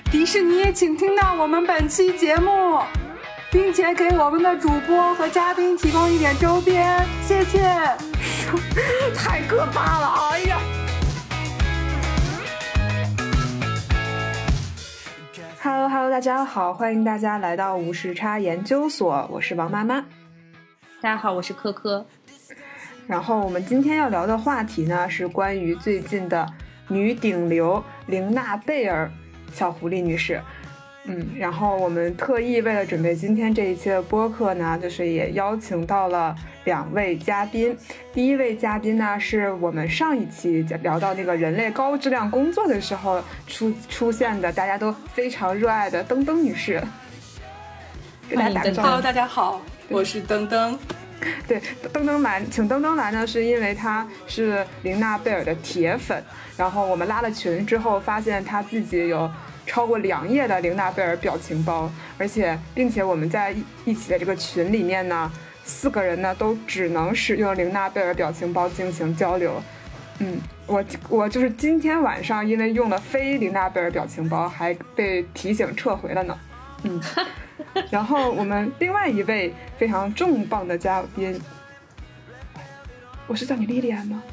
迪士尼，请听到我们本期节目，并且给我们的主播和嘉宾提供一点周边，谢谢。太可怕了，哎呀！ Hello， 大家好，欢迎大家来到无时差研究所，我是王妈妈。 大家好，我是科科。 然后我们今天要聊的话题呢，是关于最近的女顶流玲娜贝尔小狐狸女士。然后我们特意为了准备今天这一期的播客呢，就是也邀请到了2位嘉宾。第一位嘉宾呢，是我们上一期聊到那个人类高质量工作的时候出现的，大家都非常热爱的登登女士。给大家打个招呼。 Hello， 大家好，我是登登。 对，登登来，请登登来呢，是因为他是玲娜贝尔的铁粉。然后我们拉了群之后，发现他自己有超过2页的玲娜贝尔表情包，并且我们在一起的这个群里面呢，4个人呢都只能使用玲娜贝尔表情包进行交流。我就是今天晚上因为用了非玲娜贝尔表情包，还被提醒撤回了呢。然后我们另外一位非常重磅的嘉宾，我是叫你莉莉安吗？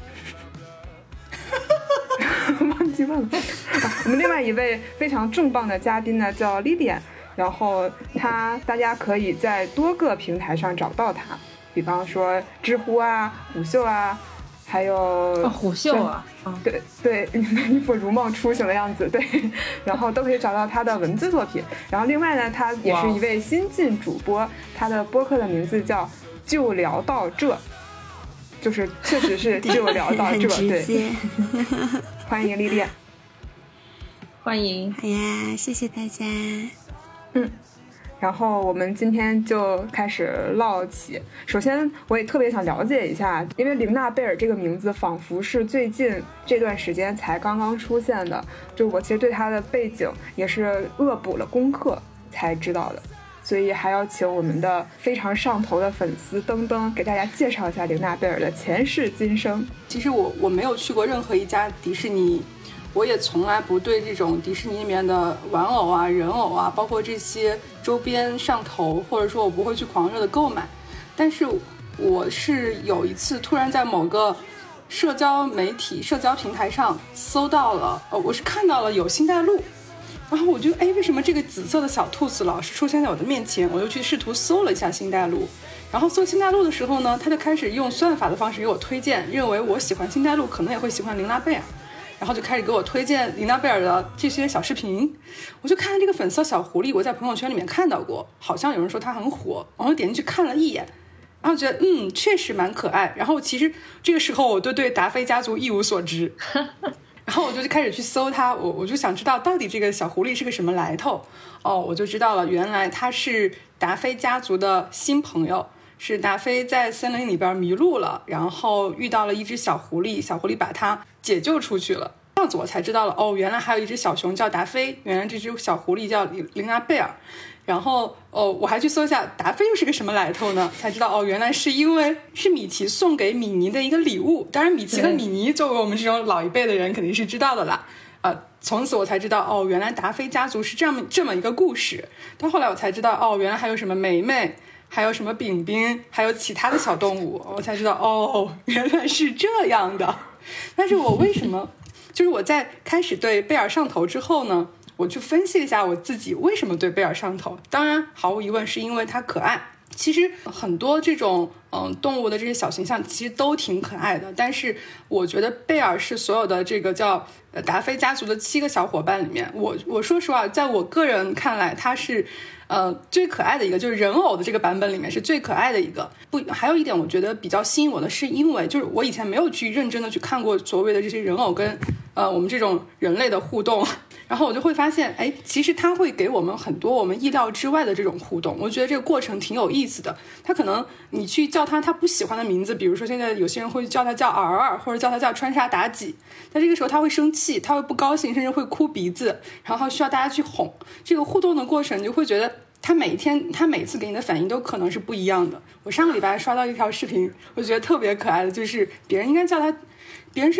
忘记问了。我们另外一位非常重磅的嘉宾呢叫莉莉安，然后大家可以在多个平台上找到他，比方说知乎啊、虎嗅啊，还有虎嗅啊， 对，一副如梦初醒的样子，对，然后都可以找到他的文字作品。然后另外呢，他也是一位新晋主播，他的播客的名字叫就聊到这，就是确实是就聊到这，对。欢迎莉莉安。 欢迎。 好呀，谢谢大家。 然后我们今天就开始唠起。首先我也特别想了解一下，因为玲娜贝尔这个名字仿佛是最近这段时间才刚刚出现的，就我其实对她的背景也是恶补了功课才知道的，所以还要请我们的非常上头的粉丝登登给大家介绍一下玲娜贝尔的前世今生。 其实我没有去过任何一家迪士尼，我也从来不对这种迪士尼里面的玩偶啊、人偶啊，包括这些周边上头，或者说我不会去狂热的购买。但是我是有一次突然在某个社交媒体、社交平台上搜到了，我是看到了有星黛露，然后我就为什么这个紫色的小兔子老是出现在我的面前？我就去试图搜了一下星黛露，然后搜星黛露的时候呢，他就开始用算法的方式给我推荐，认为我喜欢星黛露可能也会喜欢玲娜贝尔，然后就开始给我推荐玲娜贝尔的这些小视频。我就看这个粉色小狐狸，我在朋友圈里面看到过，好像有人说它很火，然后点进去看了一眼，然后觉得确实蛮可爱。然后其实这个时候我对达菲家族一无所知。然后我就开始去搜它，我就想知道到底这个小狐狸是个什么来头。我就知道了，原来它是达菲家族的新朋友，是达菲在森林里边迷路了，然后遇到了一只小狐狸，小狐狸把它解救出去了。这样子我才知道了，原来还有一只小熊叫达菲，原来这只小狐狸叫玲娜贝尔。然后我还去搜一下达菲又是个什么来头呢，才知道原来是因为是米奇送给米妮的一个礼物。当然米奇和米妮作为我们这种老一辈的人肯定是知道的啦。从此我才知道原来达菲家族是这么一个故事。到后来我才知道原来还有什么梅梅，还有什么饼饼，还有其他的小动物，我才知道原来是这样的。但是我为什么就是我在开始对贝尔上头之后呢，我去分析一下我自己为什么对贝尔上头。当然毫无疑问是因为它可爱。其实很多这种动物的这些小形象其实都挺可爱的，但是我觉得贝尔是所有的这个叫达菲家族的7个小伙伴里面，我说实话，在我个人看来，它是最可爱的一个，就是人偶的这个版本里面是最可爱的一个。还有一点我觉得比较吸引我的是，因为就是我以前没有去认真的去看过所谓的这些人偶跟我们这种人类的互动。然后我就会发现其实它会给我们很多我们意料之外的这种互动，我觉得这个过程挺有意思的。它可能你去叫它不喜欢的名字，比如说现在有些人会叫它叫儿，或者叫它叫穿沙妲己，在这个时候它会生气，它会不高兴，甚至会哭鼻子，然后需要大家去哄。这个互动的过程就会觉得他每次给你的反应都可能是不一样的。我上个礼拜刷到一条视频，我觉得特别可爱的，就是别人是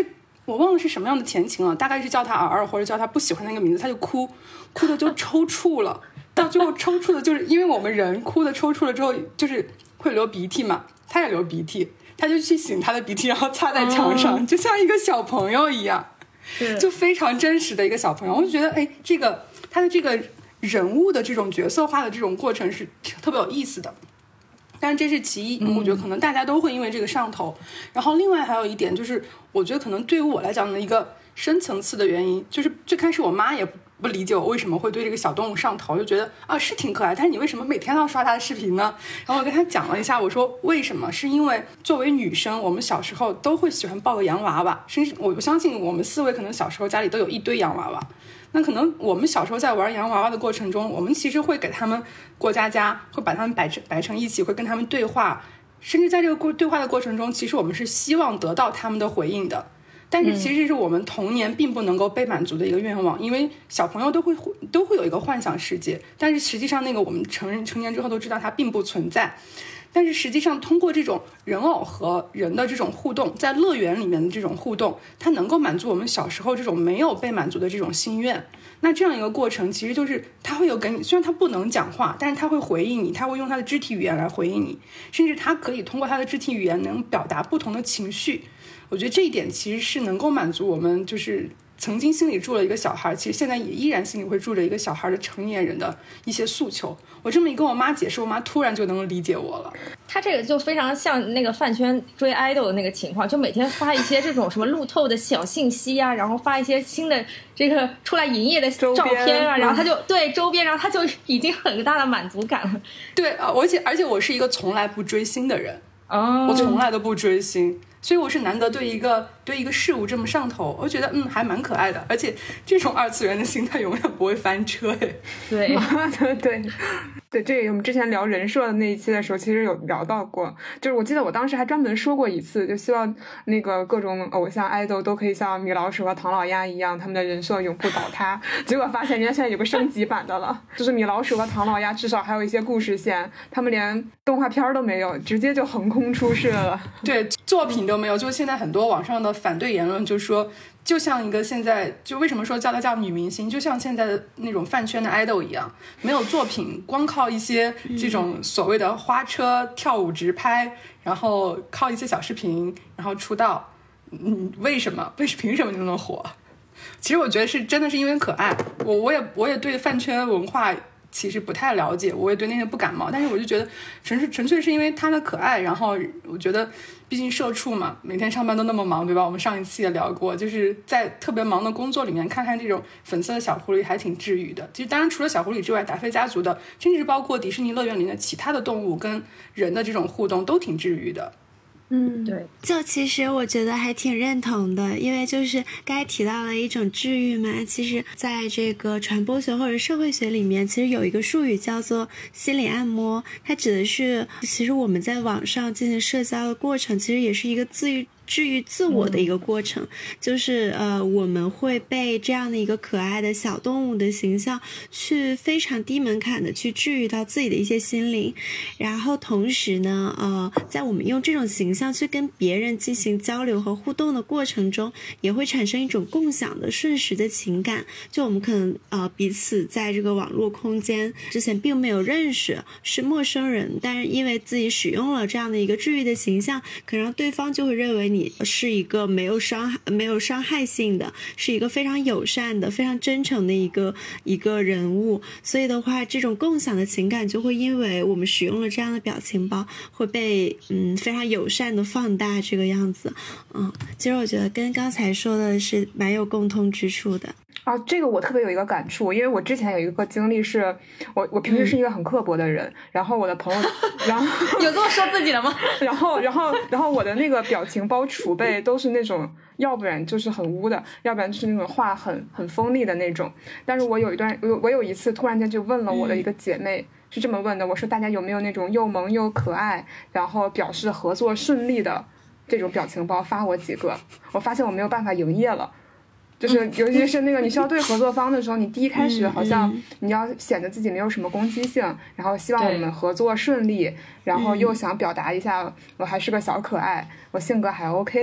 我忘了是什么样的前情了，大概是叫他儿或者叫他不喜欢那个名字，他就哭的就抽搐了。到最后抽搐的就是因为我们人哭的抽搐了之后就是会流鼻涕嘛，他也流鼻涕，他就去擤他的鼻涕然后擦在墙上，就像一个小朋友一样，就非常真实的一个小朋友。我就觉得这个他的这个人物的这种角色化的这种过程是特别有意思的。但是这是其一，我觉得可能大家都会因为这个上头。然后另外还有一点就是，我觉得可能对于我来讲的一个深层次的原因，就是最开始我妈也不理解我为什么会对这个小动物上头，就觉得是挺可爱，但是你为什么每天都要刷它的视频呢？然后我跟她讲了一下，我说为什么？是因为作为女生，我们小时候都会喜欢抱个洋娃娃，甚至我相信我们4位可能小时候家里都有一堆洋娃娃。那可能我们小时候在玩洋娃娃的过程中，我们其实会给他们过家，会把他们摆成一起，会跟他们对话，甚至在这个对话的过程中，其实我们是希望得到他们的回应的。但是其实是我们童年并不能够被满足的一个愿望，因为小朋友都会有一个幻想世界，但是实际上那个我们成年之后都知道它并不存在。但是实际上通过这种人偶和人的这种互动，在乐园里面的这种互动，它能够满足我们小时候这种没有被满足的这种心愿。那这样一个过程其实就是他会有给你，虽然他不能讲话，但是他会回应你，他会用他的肢体语言来回应你，甚至他可以通过他的肢体语言能表达不同的情绪。我觉得这一点其实是能够满足我们就是曾经心里住了一个小孩，其实现在也依然心里会住着一个小孩的成年人的一些诉求。我这么一跟我妈解释，我妈突然就能够理解我了。 他这个就非常像那个饭圈追 idol 的那个情况，就每天发一些这种什么路透的小信息啊，然后发一些新的这个出来营业的照片啊，然后他就对周边，然后他就已经很大的满足感了。 对而且我是一个从来不追星的人，我从来都不追星。所以我是难得对一个事物这么上头，我觉得还蛮可爱的，而且这种二次元的心态永远不会翻车。 对对，这个我们之前聊人设的那一期的时候其实有聊到过，就是我记得我当时还专门说过一次，就希望那个各种偶像 idol 都可以像米老鼠和唐老鸭一样，他们的人设永不倒塌。结果发现人家现在有个升级版的了，就是米老鼠和唐老鸭至少还有一些故事线，他们连动画片都没有，直接就横空出世了。 对，作品都没有。就现在很多网上的反对言论就说，就像一个现在就为什么说叫她叫女明星，就像现在的那种饭圈的 idol 一样，没有作品，光靠一些这种所谓的花车跳舞直拍，然后靠一些小视频然后出道。为什么凭什么就能火？其实我觉得是真的是因为可爱。我也对饭圈文化其实不太了解，我也对那些不感冒，但是我就觉得纯粹是因为它的可爱。然后我觉得毕竟社畜嘛，每天上班都那么忙，对吧？我们上一期也聊过，就是在特别忙的工作里面看看这种粉色的小狐狸还挺治愈的。其实当然除了小狐狸之外，达菲家族的甚至包括迪士尼乐园里的其他的动物跟人的这种互动都挺治愈的。 对， 就其实我觉得还挺认同的，因为就是刚才提到了一种治愈嘛，其实在这个传播学或者社会学里面，其实有一个术语叫做心理按摩，它指的是其实我们在网上进行社交的过程，其实也是一个治愈自我的一个过程，就是我们会被这样的一个可爱的小动物的形象去非常低门槛的去治愈到自己的一些心灵，然后同时呢在我们用这种形象去跟别人进行交流和互动的过程中，也会产生一种共享的瞬时的情感，就我们可能彼此在这个网络空间之前并没有认识，是陌生人，但是因为自己使用了这样的一个治愈的形象，可能对方就会认为你是一个没有伤害性的，是一个非常友善的非常真诚的一个人物，所以的话这种共享的情感就会因为我们使用了这样的表情包会被非常友善的放大这个样子。其实我觉得跟刚才说的是蛮有共通之处的。 这个我特别有一个感触，因为我之前有一个经历是我平时是一个很刻薄的人，然后我的朋友然后有这么说自己的吗？ 然后我的那个表情包储备都是那种要不然就是很污的，要不然就是那种话很锋利的那种。但是我有一次突然间就问了我的一个姐妹，是这么问的，我说大家有没有那种又萌又可爱然后表示合作顺利的这种表情包，发我几个。我发现我没有办法营业了，就是尤其是那个你需要对合作方的时候，你第一开始好像你要显得自己没有什么攻击性，然后希望我们合作顺利，然后又想表达一下我还是个小可爱，我性格还 OK 的，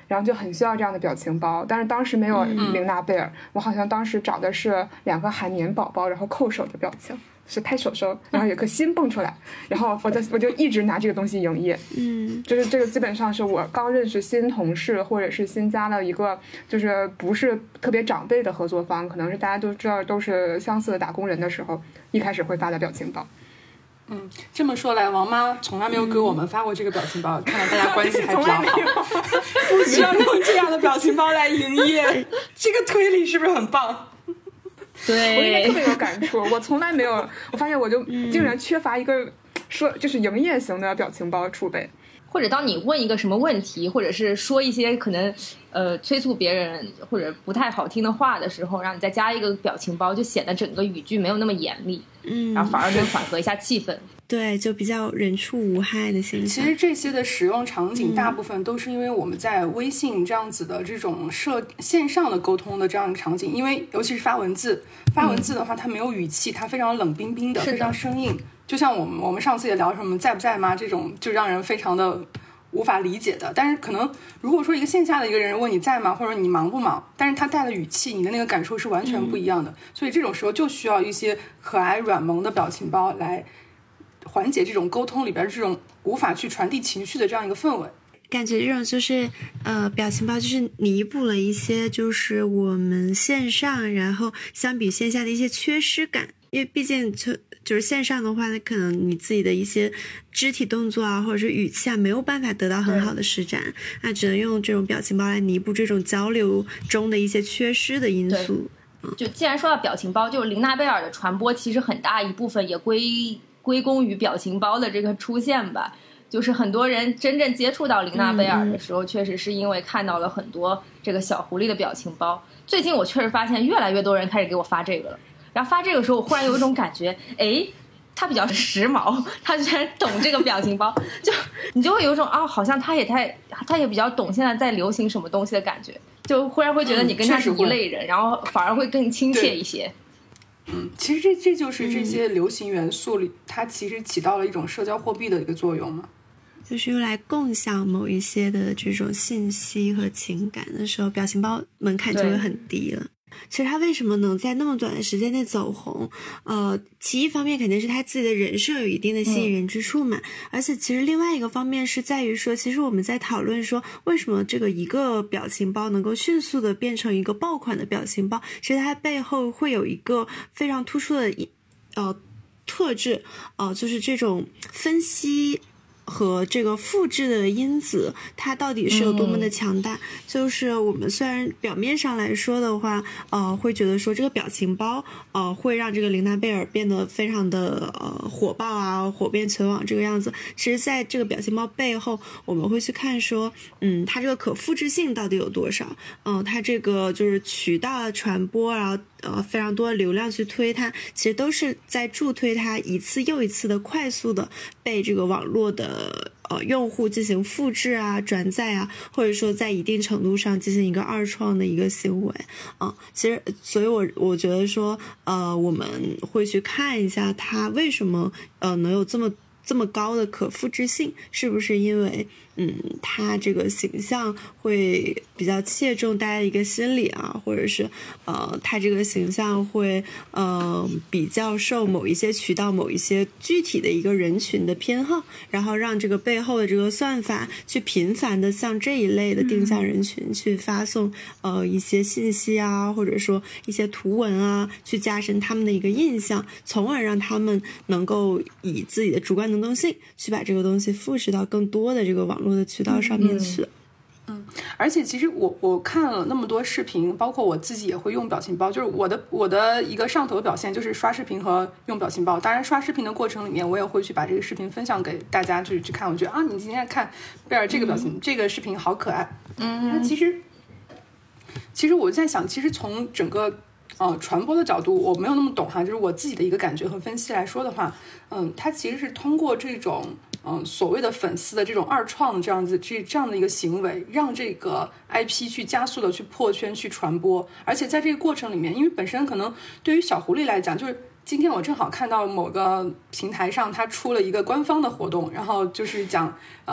然后就很需要这样的表情包，但是当时没有玲娜贝尔，我好像当时找的是2个海绵宝宝然后扣手的表情，是拍手手，然后有颗心蹦出来，然后我就一直拿这个东西营业。就是这个基本上是我刚认识新同事或者是新加了一个就是不是特别长辈的合作方，可能是大家都知道都是相似的打工人的时候，一开始会发的表情包。 这么说来，王妈从来没有给我们发过这个表情包，看来大家关系还比较好。不需要用这样的表情包来营业，这个推理是不是很棒？ 对， 我应该特别有感触。我从来没有，我发现我就竟然缺乏一个就是营业型的表情包储备。 或者当你问一个什么问题，或者是说一些可能催促别人或者不太好听的话的时候，让你再加一个表情包，就显得整个语句没有那么严厉，然后反而能缓和一下气氛。 对，就比较人畜无害的形象。 其实这些的使用场景大部分都是因为我们在微信这样子的这种线上的沟通的这样的场景，因为尤其是发文字的话，它没有语气，它非常冷冰冰的，非常生硬。就像我们上次也聊什么在不在吗这种，就让人非常的无法理解的。但是可能如果说一个线下的一个人问你在吗，或者你忙不忙，但是他带的语气，你的那个感受是完全不一样的。所以这种时候就需要一些可爱软萌的表情包来缓解这种沟通里边这种无法去传递情绪的这样一个氛围。 感觉这种就是表情包就是弥补了一些就是我们线上然后相比线下的一些缺失感，因为毕竟就是线上的话，那可能你自己的一些肢体动作啊或者是语气啊没有办法得到很好的施展，那只能用这种表情包来弥补这种交流中的一些缺失的因素。 就既然说到表情包，就玲娜贝尔的传播其实很大一部分也归功于表情包的这个出现吧。就是很多人真正接触到玲娜贝尔的时候，确实是因为看到了很多这个小狐狸的表情包。最近我确实发现越来越多人开始给我发这个了，然后发这个时候我忽然有一种感觉，他比较时髦，他居然懂这个表情包，就你就会有一种好像他也比较懂现在在流行什么东西的感觉，就忽然会觉得你跟他是一类人，然后反而会更亲切一些。 其实这就是这些流行元素里，它其实起到了一种社交货币的一个作用嘛。 就是用来共享某一些的这种信息和情感的时候，表情包门槛就会很低了。其实他为什么能在那么短的时间内走红，其一方面肯定是他自己的人设有一定的吸引人之处嘛，而且其实另外一个方面是在于说，其实我们在讨论说为什么这个一个表情包能够迅速的变成一个爆款的表情包，其实它背后会有一个非常突出的特质，就是这种分析和这个复制的因子它到底是有多么的强大。就是我们虽然表面上来说的话会觉得说这个表情包会让这个玲娜贝尔变得非常的火爆啊，火遍全网这个样子，其实在这个表情包背后我们会去看说它这个可复制性到底有多少，它这个就是渠道的传播，然后非常多的流量去推它，其实都是在助推它一次又一次的快速的被这个网络的用户进行复制啊、转载啊，或者说在一定程度上进行一个二创的一个行为其实所以我觉得说我们会去看一下它为什么能有这么高的可复制性，是不是因为它这个形象会比较切中大家一个心理啊，或者是它这个形象会比较受某一些渠道某一些具体的一个人群的偏好，然后让这个背后的这个算法去频繁的向这一类的定向人群去发送一些信息啊，或者说一些图文啊，去加深他们的一个印象，从而让他们能够以自己的主观能动性去把这个东西复制到更多的这个网络的渠道上面去。 而且其实我看了那么多视频，包括我自己也会用表情包，就是我的一个上头的表现就是刷视频和用表情包。当然刷视频的过程里面我也会去把这个视频分享给大家去看，我觉得你今天看贝尔这个表情这个视频好可爱。那其实我在想，其实从整个传播的角度我没有那么懂哈，就是我自己的一个感觉和分析来说的话，它其实是通过这种所谓的粉丝的这种二创的这样的一个行为，让这个 IP 去加速的去破圈去传播。而且在这个过程里面，因为本身可能对于小狐狸来讲，就是今天我正好看到某个平台上它出了一个官方的活动，然后就是讲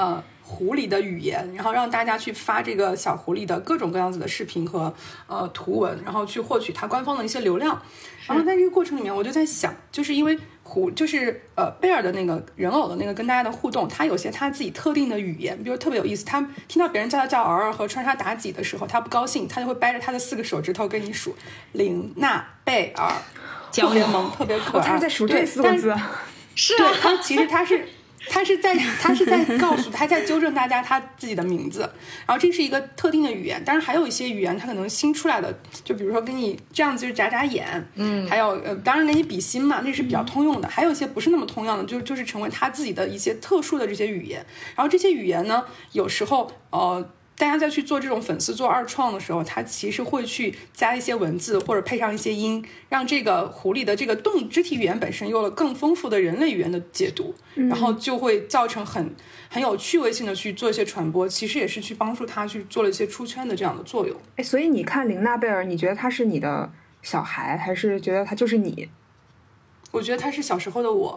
狐狸的语言，然后让大家去发这个小狐狸的各种各样子的视频和图文，然后去获取它官方的一些流量。然后在这个过程里面，我就在想，就是因为贝尔的那个人偶的那个跟大家的互动，他有些他自己特定的语言，比如特别有意思，他听到别人叫他叫儿和穿插妲己的时候，他不高兴，他就会掰着他的4个手指头跟你数琳娜贝尔，特别萌，特别可爱。 他是在数这4个字， 是啊， 对，他其实他是在告诉他在纠正大家他自己的名字，然后这是一个特定的语言，当然还有一些语言他可能新出来的，就比如说跟你这样子就是眨眨眼，还有当然跟你比心嘛，那是比较通用的，还有一些不是那么通用的，就是成为他自己的一些特殊的这些语言，然后这些语言呢，有时候大家在去做这种粉丝做二创的时候，他其实会去加一些文字或者配上一些音，让这个狐狸的这个肢体语言本身有了更丰富的人类语言的解读，然后就会造成很有趣味性的去做一些传播，其实也是去帮助他去做了一些出圈的这样的作用。 所以你看琳娜贝尔，你觉得他是你的小孩，还是觉得他就是你？ 我觉得他是小时候的我。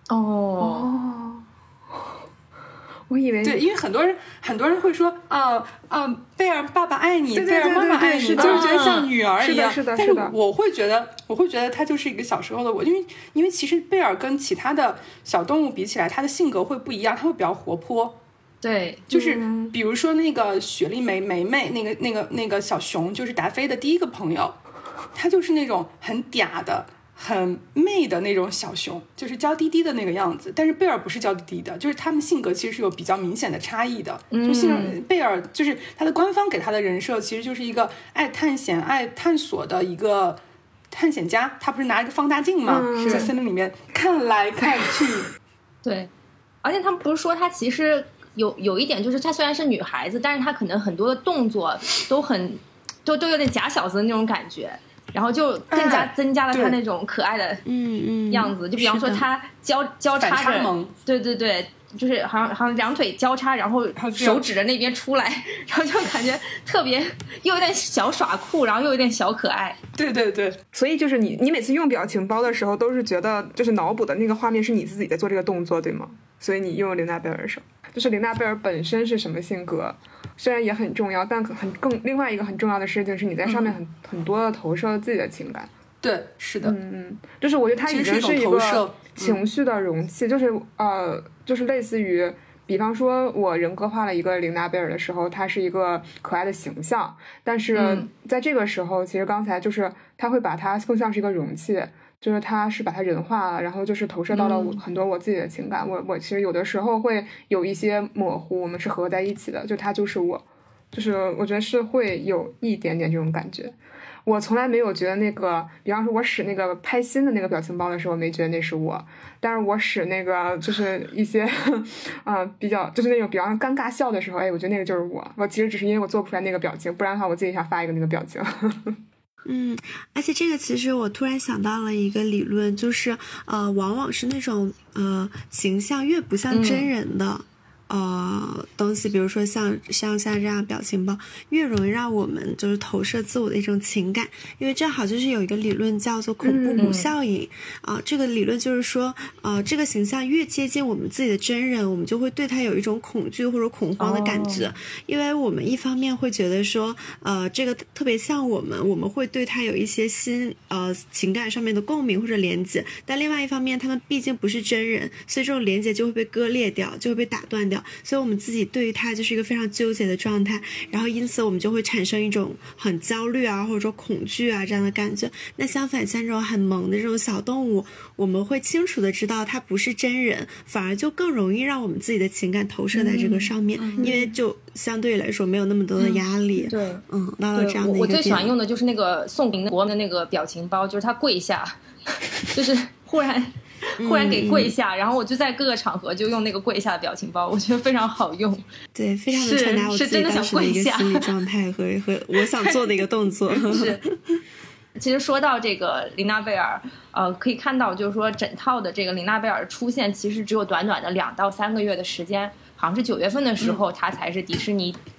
我以为对，因为很多人会说贝尔爸爸爱你，贝尔妈妈爱你，就是觉得像女儿一样。 是的。 但是我会觉得他就是一个小时候的我，因为其实贝尔跟其他的小动物比起来，他的性格会不一样，他会比较活泼。 对， 就是比如说那个雪莉梅那个小熊，就是达菲的第一个朋友，他就是那种很嗲的。很媚的那种小熊，就是娇滴滴的那个样子，但是贝尔不是娇滴滴的，就是他们性格其实是有比较明显的差异的。就贝尔就是他的官方给他的人设，其实就是一个爱探险、爱探索的一个探险家。他不是拿一个放大镜吗？在森林里面看来看去。 对，而且他们不是说他其实有一点，就是他虽然是女孩子，但是他可能很多的动作都有点假小子的那种感觉。然后就更加增加了他那种可爱的样子，就比方说他交叉着，对，就是好像两腿交叉，然后手指着那边出来，然后就感觉特别又有点小耍酷，然后又有点小可爱。 对， 所以就是你每次用表情包的时候，都是觉得就是脑补的那个画面是你自己在做这个动作，对吗？所以你用琳娜贝尔的时候，就是琳娜贝尔本身是什么性格，虽然也很重要，但另外一个很重要的事情是你在上面很多的投射自己的情感。 对，是的， 就是我觉得它已经是一个情绪的容器，就是类似于，比方说我人格化了一个琳娜贝尔的时候，它是一个可爱的形象，但是在这个时候，其实刚才就是它会把它更像是一个容器。就是它是把它人化了，然后就是投射到了很多我自己的情感。我其实有的时候会有一些模糊，我们是合在一起的，就它就是我，就是我觉得是会有一点点这种感觉。我从来没有觉得那个，比方说我使那个拍心的那个表情包的时候，没觉得那是我，但是我使那个就是一些比较就是那种比方尴尬笑的时候，我觉得那个就是我其实只是因为我做不出来那个表情，不然的话我自己想发一个那个表情。 而且这个其实我突然想到了一个理论，就是往往是那种形象越不像真人的东西，比如说像这样表情包，越容易让我们就是投射自我的一种情感，因为正好就是有一个理论叫做恐怖谷效应这个理论就是说这个形象越接近我们自己的真人，我们就会对他有一种恐惧或者恐慌的感觉，因为我们一方面会觉得说这个特别像我们会对他有一些情感上面的共鸣或者连接，但另外一方面他们毕竟不是真人，所以这种连接就会被割裂掉，就会被打断掉，所以我们自己对于他就是一个非常纠结的状态，然后因此我们就会产生一种很焦虑或者说恐惧这样的感觉。那相反像这种很萌的这种小动物，我们会清楚的知道它不是真人，反而就更容易让我们自己的情感投射在这个上面，因为就相对来说没有那么多的压力。 对， 到了这样的一个我最喜欢用的就是那个宋明国的那个表情包，就是他跪下，就是忽然给跪下，然后我就在各个场合就用那个跪下的表情包，我觉得非常好用。 对，非常的传达我自己当时的一个心理状态和我想做的一个动作。 是。其实说到这个琳娜贝尔，可以看到就是说整套的这个琳娜贝尔出现其实只有短短的2到3个月的时间，好像是9月份的时候，它才是迪士尼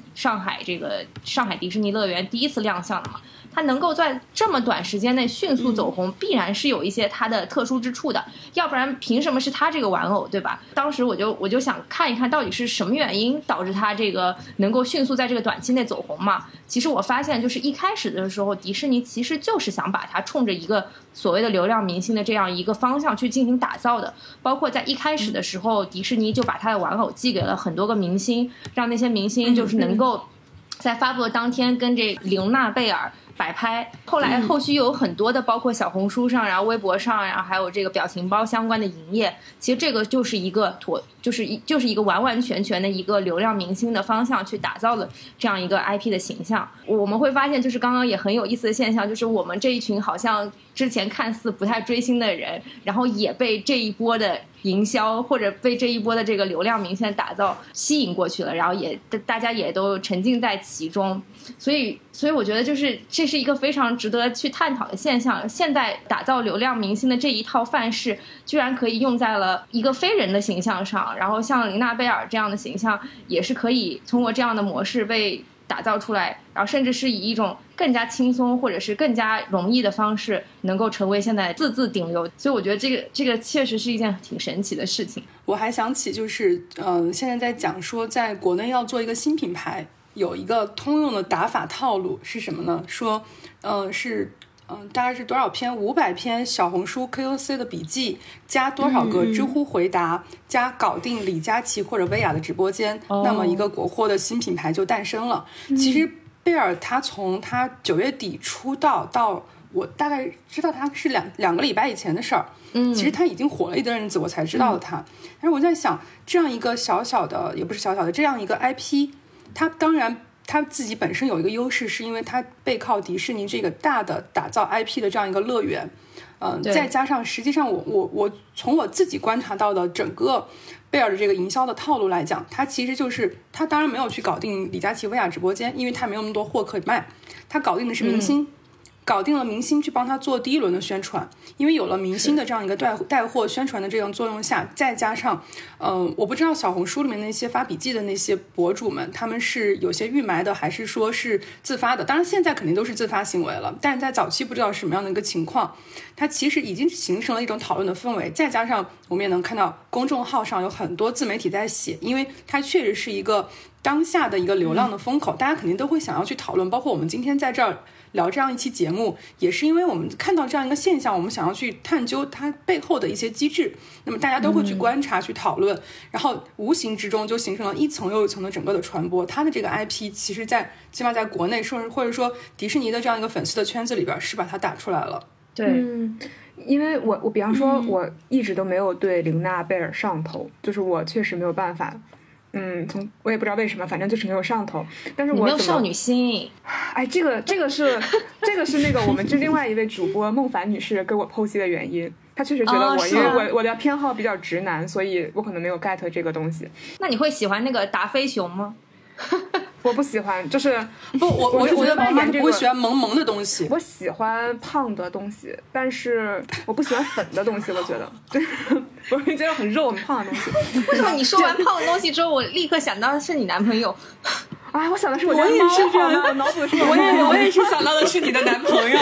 上海迪士尼乐园第一次亮相的嘛。它能够在这么短时间内迅速走红，必然是有一些它的特殊之处的，要不然凭什么是它这个玩偶，对吧？当时我就想看一看到底是什么原因导致它这个能够迅速在这个短期内走红嘛。其实我发现就是一开始的时候，迪士尼其实就是想把它冲着一个所谓的流量明星的这样一个方向去进行打造的，包括在一开始的时候，迪士尼就把它的玩偶寄给了很多个明星，让那些明星就是能够在发布的当天跟这玲娜贝尔摆拍。后续又有很多的包括小红书上，然后微博上，然后还有这个表情包相关的营业，其实这个就是一个就是一个完完全全的一个流量明星的方向去打造了这样一个 IP 的形象。我们会发现就是刚刚也很有意思的现象，就是我们这一群好像之前看似不太追星的人，然后也被这一波的营销或者被这一波的这个流量明星的打造吸引过去了，然后大家也都沉浸在其中。所以我觉得就是这是一个非常值得去探讨的现象。现在打造流量明星的这一套范式居然可以用在了一个非人的形象上，然后像琳娜贝尔这样的形象也是可以通过这样的模式被打造出来，然后甚至是以一种更加轻松或者是更加容易的方式能够成为现在字顶流。所以我觉得这个确实是一件挺神奇的事情。 我还想起就是现在在讲说在国内要做一个新品牌，有一个通用的打法套路是什么呢？说大概是多少篇500篇小红书 KOC 的笔记加多少个知乎回答加搞定李佳琦或者薇娅的直播间，那么一个国货的新品牌就诞生了。其实贝尔他从他9月底出道到我大概知道他是两个礼拜以前的事儿，其实他已经火了一阵子我才知道了他。但是我在想，这样一个小小的也不是小小的这样一个 IP， 他当然他自己本身有一个优势，是因为他背靠迪士尼这个大的打造 IP 的这样一个乐园，再加上实际上我从我自己观察到的整个贝尔的这个营销的套路来讲，他其实就是他当然没有去搞定李佳琦薇娅直播间，因为他没有那么多货可以卖，他搞定的是明星，搞定了明星去帮他做第一轮的宣传，因为有了明星的这样一个带货宣传的这种作用下，再加上我不知道小红书里面那些发笔记的那些博主们，他们是有些预埋的还是说是自发的，当然现在肯定都是自发行为了，但是在早期不知道什么样的一个情况，它其实已经形成了一种讨论的氛围。再加上我们也能看到公众号上有很多自媒体在写，因为它确实是一个当下的一个流量的风口，大家肯定都会想要去讨论，包括我们今天在这儿聊这样一期节目，也是因为我们看到这样一个现象，我们想要去探究它背后的一些机制，那么大家都会去观察去讨论，然后无形之中就形成了一层又一层的整个的传播。它的这个 IP 其实起码在国内或者说迪士尼的这样一个粉丝的圈子里边是把它打出来了。 对， 因为我比方说我一直都没有对玲娜贝尔上头，就是我确实没有办法，我也不知道为什么，反正就是没有上头。但是我没有少女心。 哎，这个是那个我们另外一位主播孟凡女士给我剖析的原因。她确实觉得因为我的偏好比较直男，所以我可能没有 get 这个东西。 那你会喜欢那个达菲熊吗？ 我不喜欢，就是我觉得王妈不会喜欢萌的东西。 我喜欢胖的东西，但是我不喜欢粉的东西。我觉得，对，我觉得很肉很胖的东西。 为什么你说完胖的东西之后，我立刻想到的是你男朋友？ 啊，我想的是我家猫，我脑补的是我也是想到的是你的男朋友，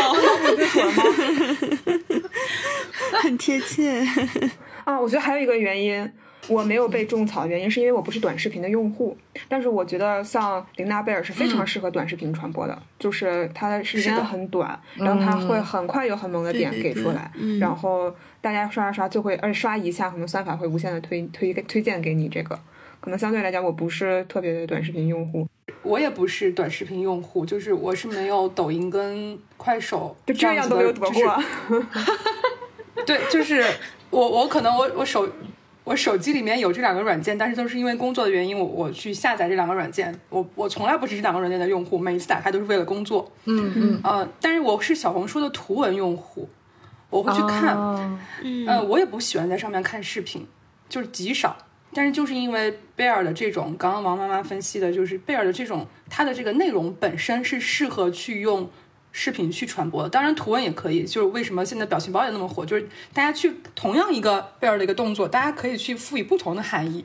很贴切啊。我觉得还有一个原因。我没有被种草的原因是因为我不是短视频的用户，但是我觉得像玲娜贝尔是非常适合短视频传播的，就是它的时间很短，然后它会很快有很萌的点给出来，然后大家刷就会，而且刷一下可能算法会无限的推荐给你。这个可能相对来讲我不是特别的短视频用户。 我也不是短视频用户，就是我是没有抖音跟快手就这样都没有躲过。 对，就是我可能我手机里面有这两个软件，但是都是因为工作的原因，我去下载这两个软件。我从来不是这两个软件的用户，每一次打开都是为了工作。但是我是小红书的图文用户，我会去看。我也不喜欢在上面看视频，就是极少。但是就是因为贝尔的这种，刚刚王妈妈分析的，就是贝尔的这种，它的这个内容本身是适合去用视频去传播的，当然图文也可以。就是为什么现在表情包也那么火，就是大家去同样一个贝尔的一个动作，大家可以去赋予不同的含义。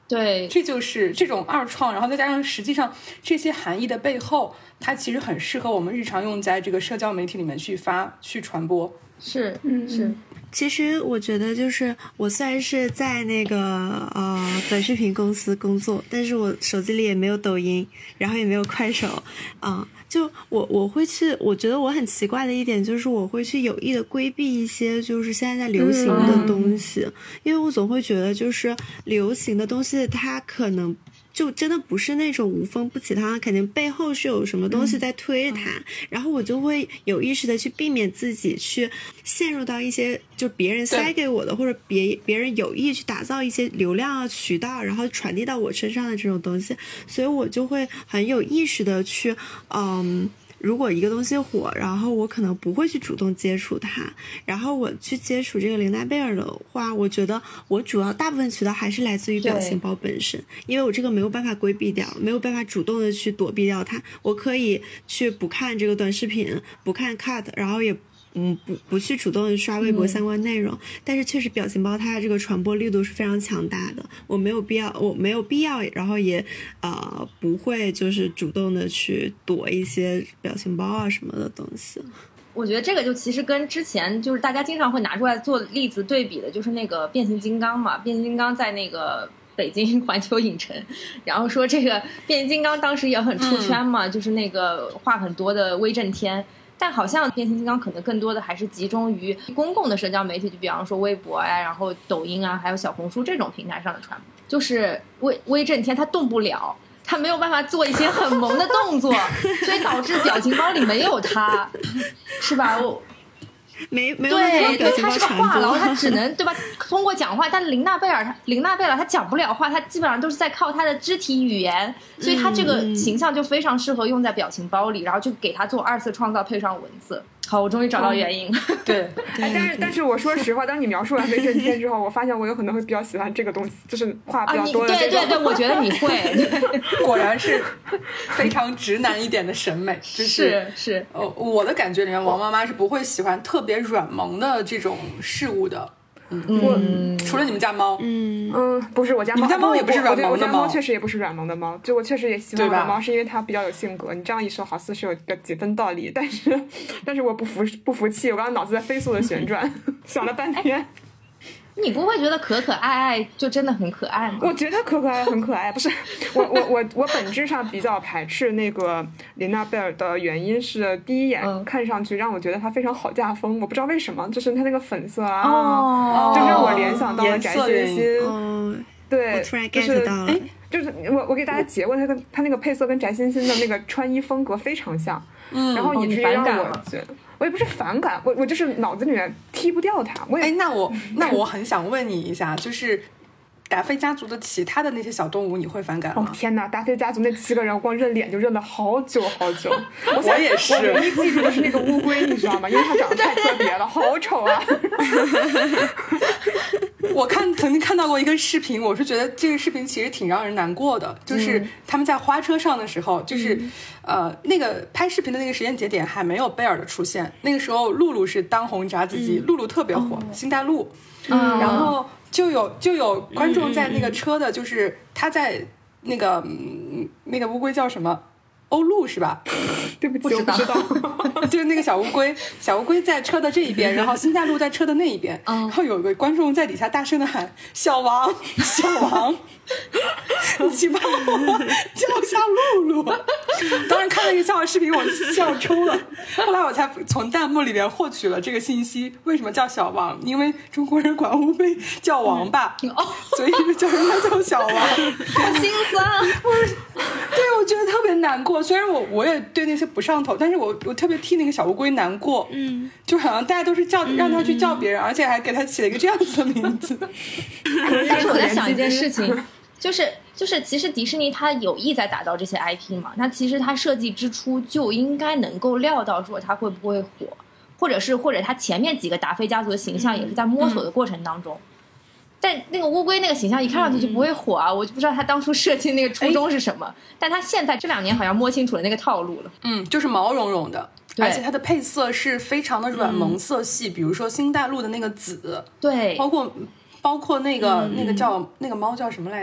对， 这就是这种二创，然后再加上实际上这些含义的背后，它其实很适合我们日常用在这个社交媒体里面去传播。 是，是。 其实我觉得就是我虽然是在那个短视频公司工作，但是我手机里也没有抖音，然后也没有快手，就我会去，我觉得我很奇怪的一点就是我会去有意的规避一些就是现在在流行的东西，因为我总会觉得就是流行的东西它可能就真的不是那种无风不起，它肯定背后是有什么东西在推它，然后我就会有意识的去避免自己去陷入到一些就别人塞给我的，或者别人有意去打造一些流量啊渠道，然后传递到我身上的这种东西，所以我就会很有意识的去如果一个东西火，然后我可能不会去主动接触它，然后我去接触这个玲娜贝尔的话，我觉得我主要大部分渠道还是来自于表情包本身，因为我这个没有办法规避掉，没有办法主动的去躲避掉它，我可以去不看这个短视频，不看 cut， 然后也不去主动的刷微博相关内容，但是确实表情包它的这个传播力度是非常强大的，我没有必要，然后也不会就是主动的去躲一些表情包啊什么的东西。 我觉得这个就其实跟之前就是大家经常会拿出来做例子对比的，就是那个变形金刚嘛，变形金刚在那个北京环球影城，然后说这个变形金刚当时也很出圈嘛，就是那个画很多的威震天。但好像变形金刚可能更多的还是集中于公共的社交媒体，就比方说微博呀，然后抖音啊，还有小红书这种平台上的传播。就是威震天他动不了，他没有办法做一些很萌的动作，所以导致表情包里没有他，是吧？ 没有对，他是个话痨，他只能对吧？通过讲话，但玲娜贝尔她讲不了话，她基本上都是在靠她的肢体语言，所以她这个形象就非常适合用在表情包里，然后就给她做二次创造，配上文字。好，我终于找到原因。 对， 但是我说实话，当你描述完威震天之后，我发现我有可能会比较喜欢这个东西，就是话比较多的这种。 对，我觉得你会， 果然是非常直男一点的审美，就是我的感觉里面，王妈妈是不会喜欢特别软萌的这种事物的。除了你们家猫， 不是我家猫， 你们家猫也不是软萌的猫， 我家猫确实也不是软萌的猫，就我确实也喜欢我的猫，是因为它比较有性格。你这样一说，好似是有个几分道理，但是我不服气，我刚刚脑子在飞速的旋转，想了半天。 你不会觉得可爱爱就真的很可爱吗？ 我觉得可爱很可爱，不是我本质上比较排斥那个琳娜贝尔的原因是，第一眼看上去让我觉得她非常好嫁风，我不知道为什么，就是她那个粉色啊，就让我联想到了翟欣欣。对， 我突然 get 到了， 就是我给大家解过他那个配色跟翟欣欣的那个穿衣风格非常像，然后以至于让我觉得。我也不是反感，我就是脑子里面踢不掉它。 那我很想问你一下，就是达菲家族的其他的那些小动物，你会反感吗？ 天哪，达菲家族那7个人，我光认脸就认了好久好久。 我也是， 我唯一记住的是那个乌龟，你知道吗？因为它长得太特别了，好丑啊！ 我曾经看到过一个视频，我是觉得这个视频其实挺让人难过的，就是他们在花车上的时候，就是那个拍视频的那个时间节点还没有贝尔的出现，那个时候露露是当红炸子鸡，露露特别火，星黛露，然后就有观众在那个车的，就是他在那个乌龟叫什么？欧陆是吧？ 对不起，我不知道。 就是那个小乌龟在车的这一边，然后星黛露在车的那一边，然后有个观众在底下大声的喊：“小王，小王，请帮我叫一下露露。”当时看了一个笑话视频，我笑抽了。后来我才从弹幕里面获取了这个信息：为什么叫小王？因为中国人管乌龟叫王八，所以就叫人家叫小王。 好心酸。 对，我觉得特别难过。虽然我也对那些不上头，但是我特别替那个小乌龟难过。就好像大家都是让他去叫别人，而且还给他起了一个这样子的名字。 但是我在想一件事情，就是其实迪士尼它有意在打造这些 IP 嘛，那其实它设计之初就应该能够料到说它会不会火，或者它前面几个达菲家族的形象也是在摸索的过程当中。但那个乌龟那个形象一看上去就不会火啊，我就不知道他当初设计那个初衷是什么。但他现在这2年好像摸清楚了那个套路了。 就是毛茸茸的，而且它的配色是非常的软萌色系，比如说星黛露的那个紫， 对， 包括那个那个猫叫什么来着？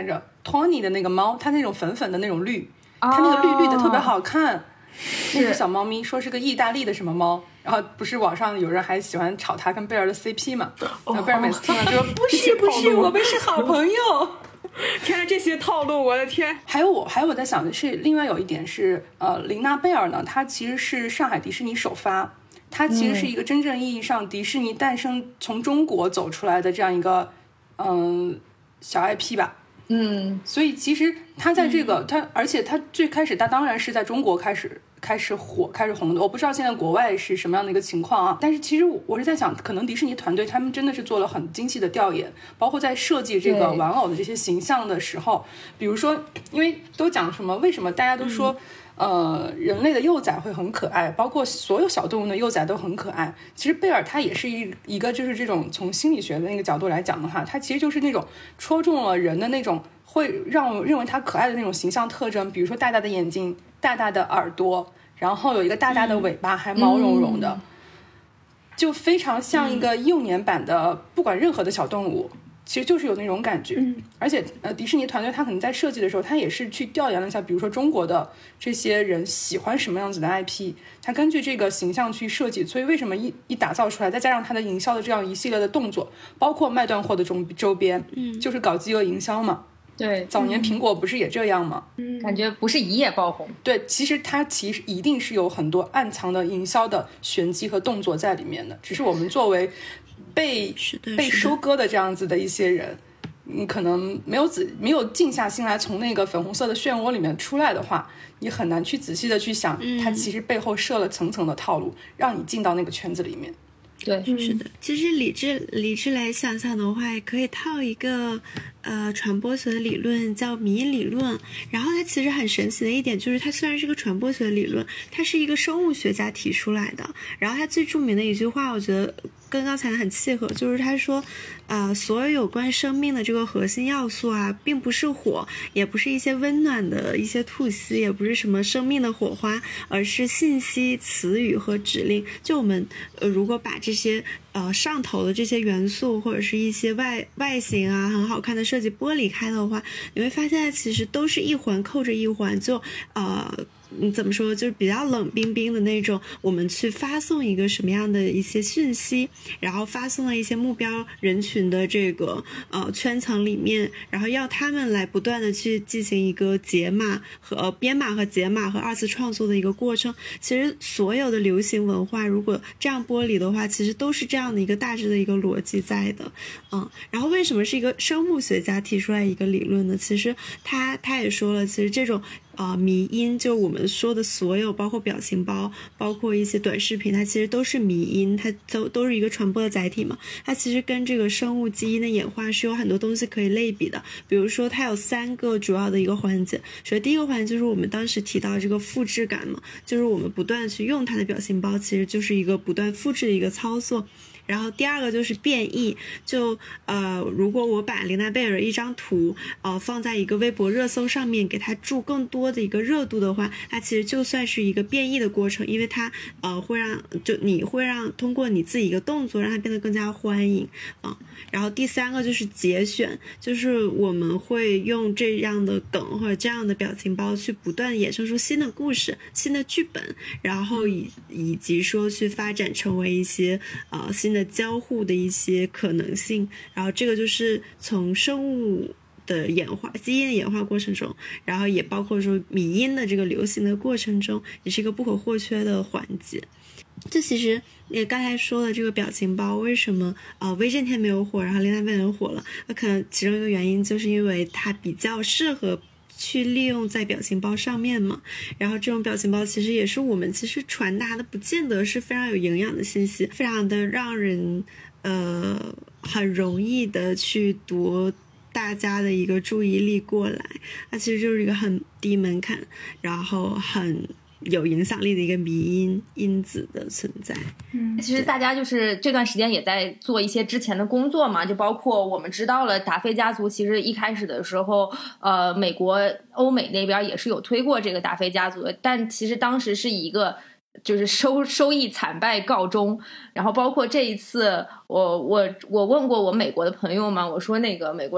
Tony 的那个猫，它那种粉粉的那种绿，它那个绿绿的特别好看。那只小猫咪说是个意大利的什么猫，然后不是网上有人还喜欢炒它跟贝尔的 CP 嘛？然后贝尔每次听了就说不是，我们是好朋友。 天啊，这些套路，我的天！ 还有我在想的是，另外有一点是，琳娜贝尔呢，她其实是上海迪士尼首发，她其实是一个真正意义上迪士尼诞生从中国走出来的这样一个小 IP 吧。所以其实她在这个而且她最开始她当然是在中国开始红的，我不知道现在国外是什么样的一个情况啊。但是其实我是在想，可能迪士尼团队他们真的是做了很精细的调研，包括在设计这个玩偶的这些形象的时候，比如说，因为都讲什么，为什么大家都说，人类的幼崽会很可爱，包括所有小动物的幼崽都很可爱。其实贝尔它也是一个就是这种从心理学的那个角度来讲的话，它其实就是那种戳中了人的那种会让我认为它可爱的那种形象特征，比如说大大的眼睛、大大的耳朵，然后有一个大大的尾巴，还毛茸茸的，就非常像一个幼年版的不管任何的小动物，其实就是有那种感觉。而且迪士尼团队他可能在设计的时候，他也是去调研了一下，比如说中国的这些人喜欢什么样子的 IP， 他根据这个形象去设计。所以为什么一打造出来，再加上他的营销的这样一系列的动作，包括卖断货的周边，就是搞饥饿营销嘛。 对， 早年苹果不是也这样吗？ 感觉不是一夜爆红。 对，其实一定是有很多暗藏的营销的玄机和动作在里面的，只是我们作为被收割的这样子的一些人，你可能没有静下心来从那个粉红色的漩涡里面出来的话，你很难去仔细的去想，它其实背后设了层层的套路，让你进到那个圈子里面。 对， 是的。其实理智来想想的话，也可以套一个传播学的理论叫迷因理论。然后它其实很神奇的一点就是，它虽然是个传播学的理论，它是一个生物学家提出来的。然后它最著名的一句话，我觉得跟刚才很契合，就是他说所有有关生命的这个核心要素啊，并不是火，也不是一些温暖的一些吐息，也不是什么生命的火花，而是信息、词语和指令。就我们如果把这些上头的这些元素或者是一些外形啊很好看的设计剥离开的话，你会发现其实都是一环扣着一环，就怎么说，就是比较冷冰冰的那种，我们去发送一个什么样的一些讯息，然后发送了一些目标人群的这个圈层里面，然后要他们来不断的去进行一个解码和编码和解码和二次创作的一个过程。其实所有的流行文化如果这样剥离的话，其实都是这样的一个大致的一个逻辑在的。然后为什么是一个生物学家提出来一个理论呢？其实他也说了，其实这种迷因，就我们说的所有，包括表情包，包括一些短视频，它其实都是迷因，它都是一个传播的载体嘛。它其实跟这个生物基因的演化是有很多东西可以类比的。比如说它有3个主要的一个环节。首先第一个环节就是我们当时提到这个复制感嘛，就是我们不断去用它的表情包，其实就是一个不断复制的一个操作。然后第二个就是变异，就如果我把琳娜贝尔一张图放在一个微博热搜上面，给它注更多的一个热度的话，它其实就算是一个变异的过程，因为它你会让通过你自己一个动作让它变得更加欢迎然后第3个就是节选，就是我们会用这样的梗或者这样的表情包去不断衍生出新的故事、新的剧本，然后以及说去发展成为一些新的交互的一些可能性。然后这个就是从生物的演化、基因的演化过程中，然后也包括说迷因的这个流行的过程中，也是一个不可或缺的环节。就其实也刚才说的这个表情包为什么威震天没有火，然后琳娜贝尔火了，那可能其中一个原因就是因为它比较适合去利用在表情包上面嘛。然后这种表情包其实也是我们其实传达的不见得是非常有营养的信息，非常的让人很容易的去夺大家的一个注意力过来，它其实就是一个很低门槛然后很有影响力的一个迷因子的存在。 其实大家就是这段时间也在做一些之前的工作嘛，就包括我们知道了达菲家族其实一开始的时候美国欧美那边也是有推过这个达菲家族的，但其实当时是以一个就是收益惨败告终。然后包括这一次我问过我美国的朋友嘛，我说那个美国人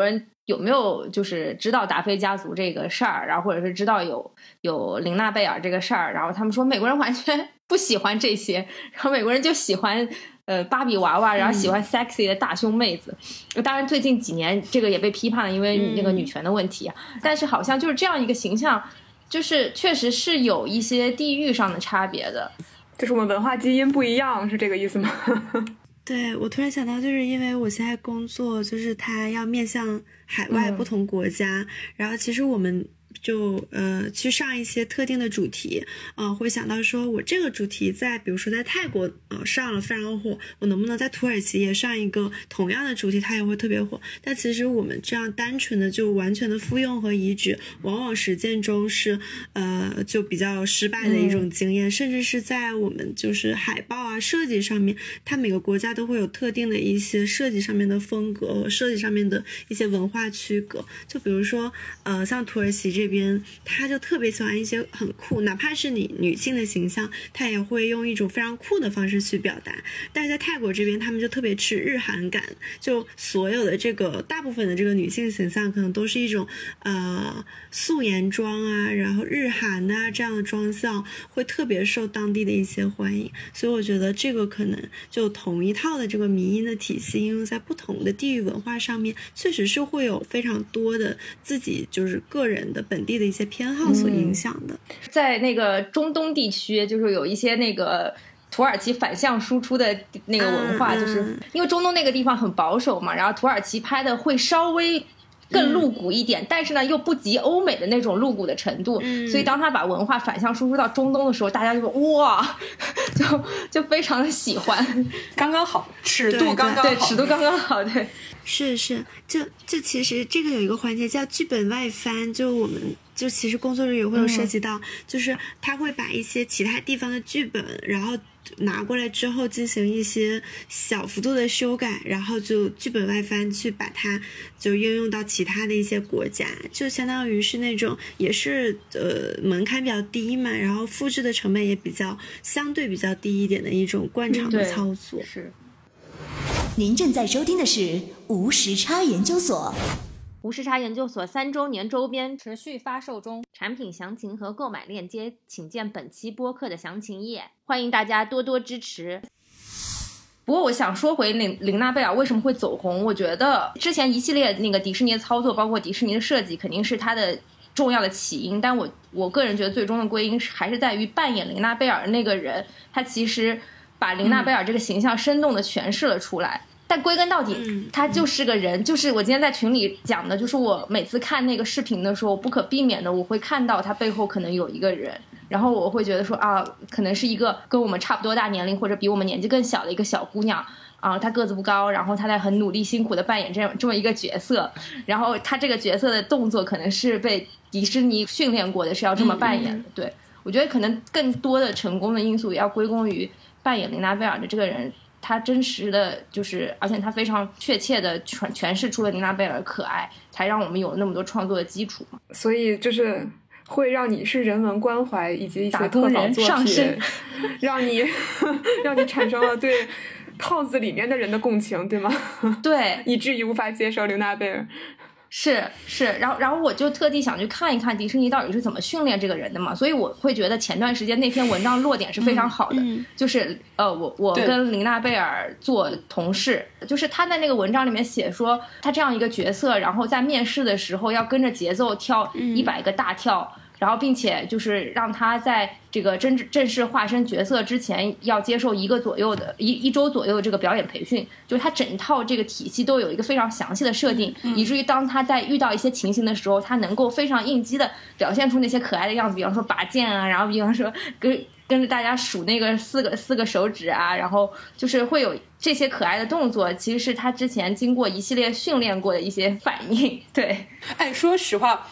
有没有就是知道达菲家族这个事儿，然后或者是知道有玲娜贝尔这个事儿，然后他们说美国人完全不喜欢这些，然后美国人就喜欢芭比娃娃，然后喜欢 sexy 的大胸妹子。当然最近几年这个也被批判了，因为那个女权的问题，但是好像就是这样一个形象，就是确实是有一些地域上的差别的， 就是我们文化基因不一样，是这个意思吗？ 对，我突然想到，就是因为我现在工作就是它要面向海外不同国家，然后其实我们就去上一些特定的主题，会想到说我这个主题在比如说在泰国上了非常火，我能不能在土耳其也上一个同样的主题，它也会特别火。但其实我们这样单纯的就完全的复用和移植，往往实践中是就比较失败的一种经验，甚至是在我们就是海报啊设计上面，它每个国家都会有特定的一些设计上面的风格和设计上面的一些文化区隔。就比如说像土耳其这边他就特别喜欢一些很酷，哪怕是你女性的形象，他也会用一种非常酷的方式去表达。但是在泰国这边他们就特别吃日韩感，就所有的这个大部分的这个女性形象可能都是一种素颜妆啊，然后日韩啊这样的妆效会特别受当地的一些欢迎。所以我觉得这个可能就同一套的这个迷因的体系应用在不同的地域文化上面，确实是会有非常多的自己就是个人的本地的一些偏好所影响的。 在那个中东地区就是有一些那个土耳其反向输出的那个文化，就是因为中东那个地方很保守嘛，然后土耳其拍的会稍微更露骨一点，但是呢又不及欧美的那种露骨的程度，所以当他把文化反向输出到中东的时候，大家就说哇，就非常的喜欢， 刚刚好，尺度刚刚好， 对，尺度刚刚好，对， 是，就其实这个有一个环节叫剧本外翻，就我们就其实工作日也会有涉及到，就是他会把一些其他地方的剧本，然后拿过来之后进行一些小幅度的修改，然后就剧本外翻去把它就应用到其他的一些国家，就相当于是那种也是门槛比较低嘛，然后复制的成本也相对比较低一点的一种惯常的操作。 是。 您正在收听的是无时差研究所。 无时差研究所3周年周边持续发售中，产品详情和购买链接请见本期播客的详情页，欢迎大家多多支持。不过我想说回玲娜贝尔为什么会走红，我觉得之前一系列那个迪士尼的操作，包括迪士尼的设计肯定是它的重要的起因，但我个人觉得最终的归因还是在于扮演玲娜贝尔的那个人，他其实把玲娜贝尔这个形象生动的诠释了出来，但归根到底他就是个人，就是我今天在群里讲的，就是我每次看那个视频的时候不可避免的我会看到他背后可能有一个人，然后我会觉得说啊，可能是一个跟我们差不多大年龄或者比我们年纪更小的一个小姑娘啊，她个子不高，然后她在很努力辛苦的扮演这么一个角色，然后她这个角色的动作可能是被迪士尼训练过的，是要这么扮演的。对，我觉得可能更多的成功的因素也要归功于扮演玲娜贝尔的这个人，他真实的就是，而且他非常确切的诠释出了玲娜贝尔的可爱，才让我们有了那么多创作的基础嘛。 所以就是会让你是人文关怀以及一些特稿作品，让你产生了对套子里面的人的共情，对吗？ 对， 以至于无法接受玲娜贝尔。 是，然后我就特地想去看一看迪士尼到底是怎么训练这个人的嘛，所以我会觉得前段时间那篇文章落点是非常好的，就是我跟玲娜贝尔做同事，就是他在那个文章里面写说，他这样一个角色，然后在面试的时候要跟着节奏跳100个大跳。然后并且就是让他在这个正式化身角色之前要接受一周左右的这个表演培训，就是他整套这个体系都有一个非常详细的设定，以至于当他在遇到一些情形的时候，他能够非常应激的表现出那些可爱的样子，比方说拔剑啊，然后比方说跟着大家数那个四个手指啊，然后就是会有这些可爱的动作，其实是他之前经过一系列训练过的一些反应。对， 哎，说实话，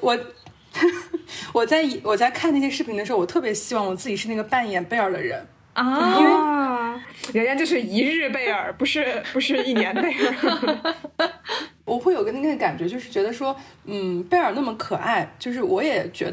我在看那些视频的时候，我特别希望我自己是那个扮演贝尔的人啊， 因为人家就是一日贝尔，不是一年贝尔。我会有个那个感觉，就是觉得说，贝尔那么可爱，就是我也觉得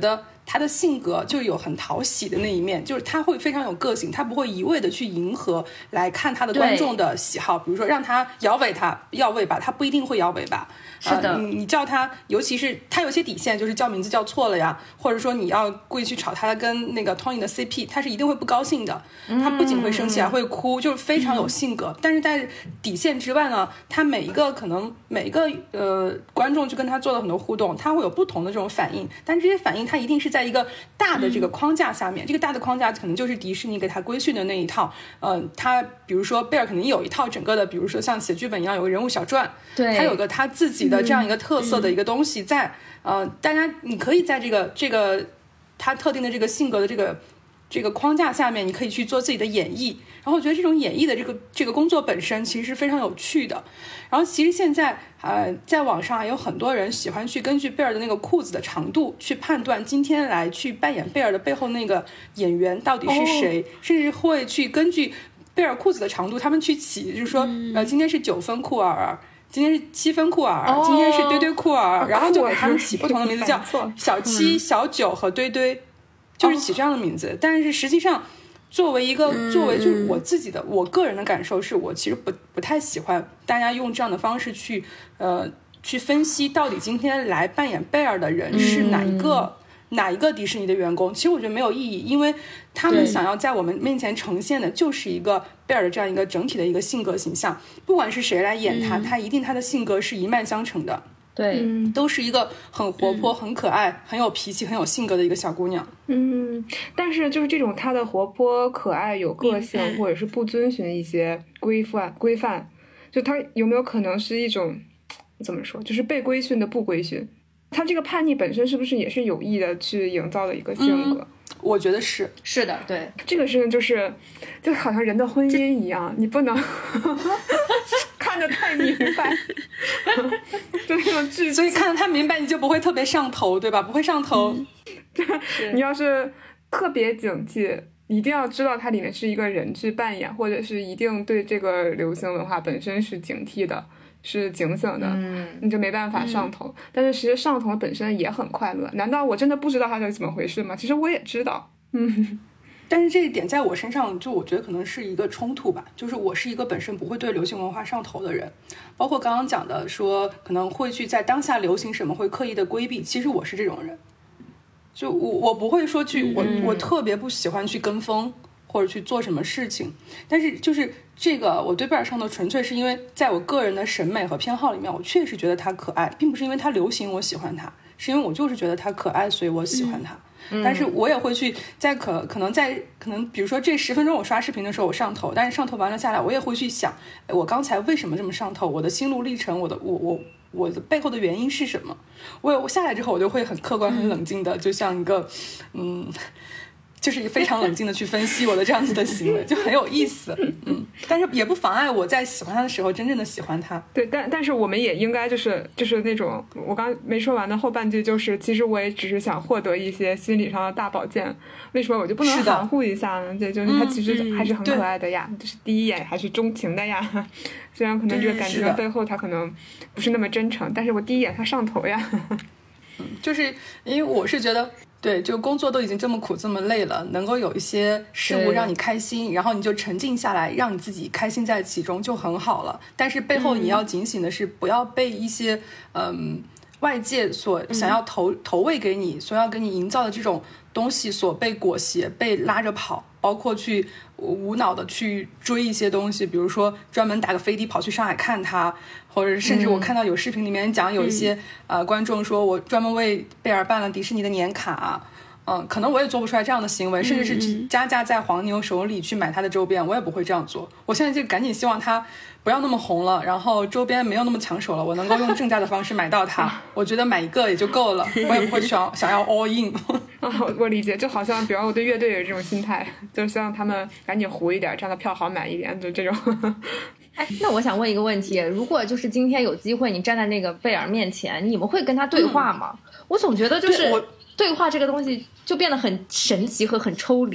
他的性格就有很讨喜的那一面，就是他会非常有个性，他不会一味的去迎合来看他的观众的喜好，比如说让他摇尾巴，他不一定会摇尾巴。 是的， 你叫他，尤其是他有些底线，就是叫名字叫错了呀，或者说你要故意去炒他跟那个 Tony 的 CP， 他是一定会不高兴的，他不仅会生气还会哭，就是非常有性格。但是在底线之外呢，他每一个观众去跟他做了很多互动，他会有不同的这种反应，但这些反应他一定是在一个大的这个框架下面，这个大的框架可能就是迪士尼给他规训的那一套。他比如说贝尔肯定有一套整个的，比如说像写剧本一样有个人物小传， 对， 他有个他自己的这样一个特色的一个东西在，大家你可以在这个他特定的这个性格的这个框架下面，你可以去做自己的演绎。然后我觉得这种演绎的这个工作本身其实是非常有趣的。然后其实现在在网上有很多人喜欢去根据贝尔的那个裤子的长度去判断今天来去扮演贝尔的背后那个演员到底是谁，甚至会去根据贝尔裤子的长度他们去起，就是说今天是9分裤儿，今天是7分裤儿，今天是堆堆裤儿，然后就给他们起不同的名字，叫小7、小9和堆堆，就是起这样的名字。但是实际上作为就是我个人的感受是，我其实不太喜欢大家用这样的方式去分析到底今天来扮演贝尔的人是哪一个迪士尼的员工。其实我觉得没有意义，因为他们想要在我们面前呈现的就是一个贝尔的这样一个整体的一个性格形象，不管是谁来演他一定他的性格是一脉相承的。 对， 都是一个很活泼、很可爱、很有脾气、很有性格的一个小姑娘。 但是就是这种她的活泼、可爱、有个性，或者是不遵循一些规范，就她有没有可能是一种怎么说，就是被规训的不规训？她这个叛逆本身是不是也是有意的去营造的一个性格？ 我觉得是的，对， 这个事情就好像人的婚姻一样，你不能看得太明白，就那种剧， 所以看得太明白，你就不会特别上头，对吧？不会上头。 你要是特别警惕，一定要知道它里面是一个人质扮演，或者是一定对这个流行文化本身是警惕的，是警醒的，你就没办法上头。但是其实上头本身也很快乐。难道我真的不知道它是怎么回事吗？其实我也知道。 但是这一点在我身上，就我觉得可能是一个冲突吧。就是我是一个本身不会对流行文化上头的人，包括刚刚讲的说可能会去在当下流行什么会刻意的规避。其实我是这种人，就我不会说去我特别不喜欢去跟风或者去做什么事情。但是就是这个我对贝尔上头纯粹是因为在我个人的审美和偏好里面，我确实觉得它可爱，并不是因为它流行我喜欢它，是因为我就是觉得它可爱，所以我喜欢它。但是我也会去在可能比如说这10分钟我刷视频的时候我上头，但是上头完了下来我也会去想，我刚才为什么这么上头，我的心路历程，我的背后的原因是什么。我下来之后我就会很客观很冷静的，就像一个就是非常冷静的去分析我的这样子的行为，就很有意思。但是也不妨碍我在喜欢他的时候真正的喜欢他。 对，但是我们也应该就是那种我刚没说完的后半句，就是其实我也只是想获得一些心理上的大保健，为什么我就不能含糊一下呢？这就是他其实还是很可爱的呀，就是第一眼还是钟情的呀。虽然可能这个感情背后他可能不是那么真诚，但是我第一眼他上头呀。 就是因为我是觉得对，就工作都已经这么苦这么累了，能够有一些事物让你开心，然后你就沉浸下来，让你自己开心在其中就很好了。但是背后你要警醒的是，不要被一些外界所想要投喂给你，所要给你营造的这种东西所被裹挟，被拉着跑，包括去无脑的去追一些东西，比如说专门打个飞的跑去上海看他，或者甚至我看到有视频里面讲有一些观众说我专门为贝尔办了迪士尼的年卡，可能我也做不出来这样的行为，甚至是加价在黄牛手里去买他的周边，我也不会这样做。我现在就赶紧希望他不要那么红了，然后周边没有那么抢手了，我能够用正价的方式买到它。我觉得买一个也就够了，我也不会想要 all in。 我理解，就好像比方我对乐队有这种心态，就是希望他们赶紧糊一点，这样的票好买一点，就这种。 那我想问一个问题，如果就是今天有机会你站在那个贝尔面前，你们会跟他对话吗？我总觉得就是对话这个东西就变得很神奇和很抽离。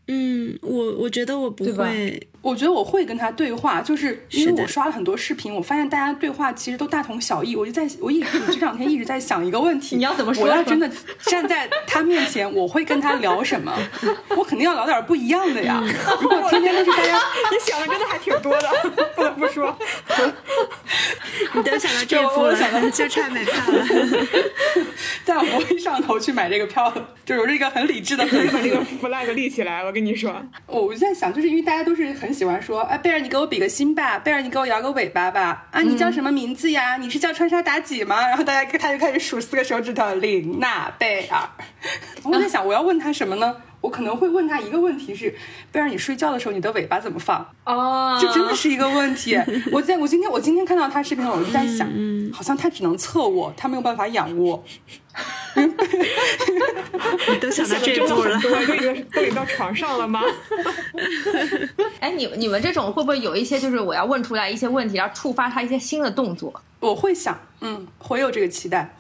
我觉得我不会。 我觉得我会跟他对话，就是因为我刷了很多视频，我发现大家对话其实都大同小异。我这两天一直在想一个问题， 你要怎么说？ 我要真的站在他面前，我会跟他聊什么？我肯定要聊点不一样的呀。如果天天都是大家， 你想的真的还挺多的，不得不说。 你都想到这一步了，就差买票了。 但我不会上头去买这个票的，就有这个很理智的粉丝。 把这个 flag 立起来，我跟你说。 我就在想，就是因为大家都是很喜欢说，哎，贝尔你给我比个心吧，贝尔你给我摇个尾巴吧，啊，你叫什么名字呀？你是叫川沙妲己吗？然后他就开始数4个手指头，琳娜贝尔。我在想，我要问他什么呢？我可能会问他一个问题是，贝尔你睡觉的时候你的尾巴怎么放？这真的是一个问题。我今天看到他视频，我就在想，好像他只能侧卧，他没有办法仰卧。 你都想到这一步了， 都已经到床上了吗？ 哎，你们这种会不会有一些就是我要问出来一些问题，然后触发他一些新的动作？ 我会想，会有这个期待，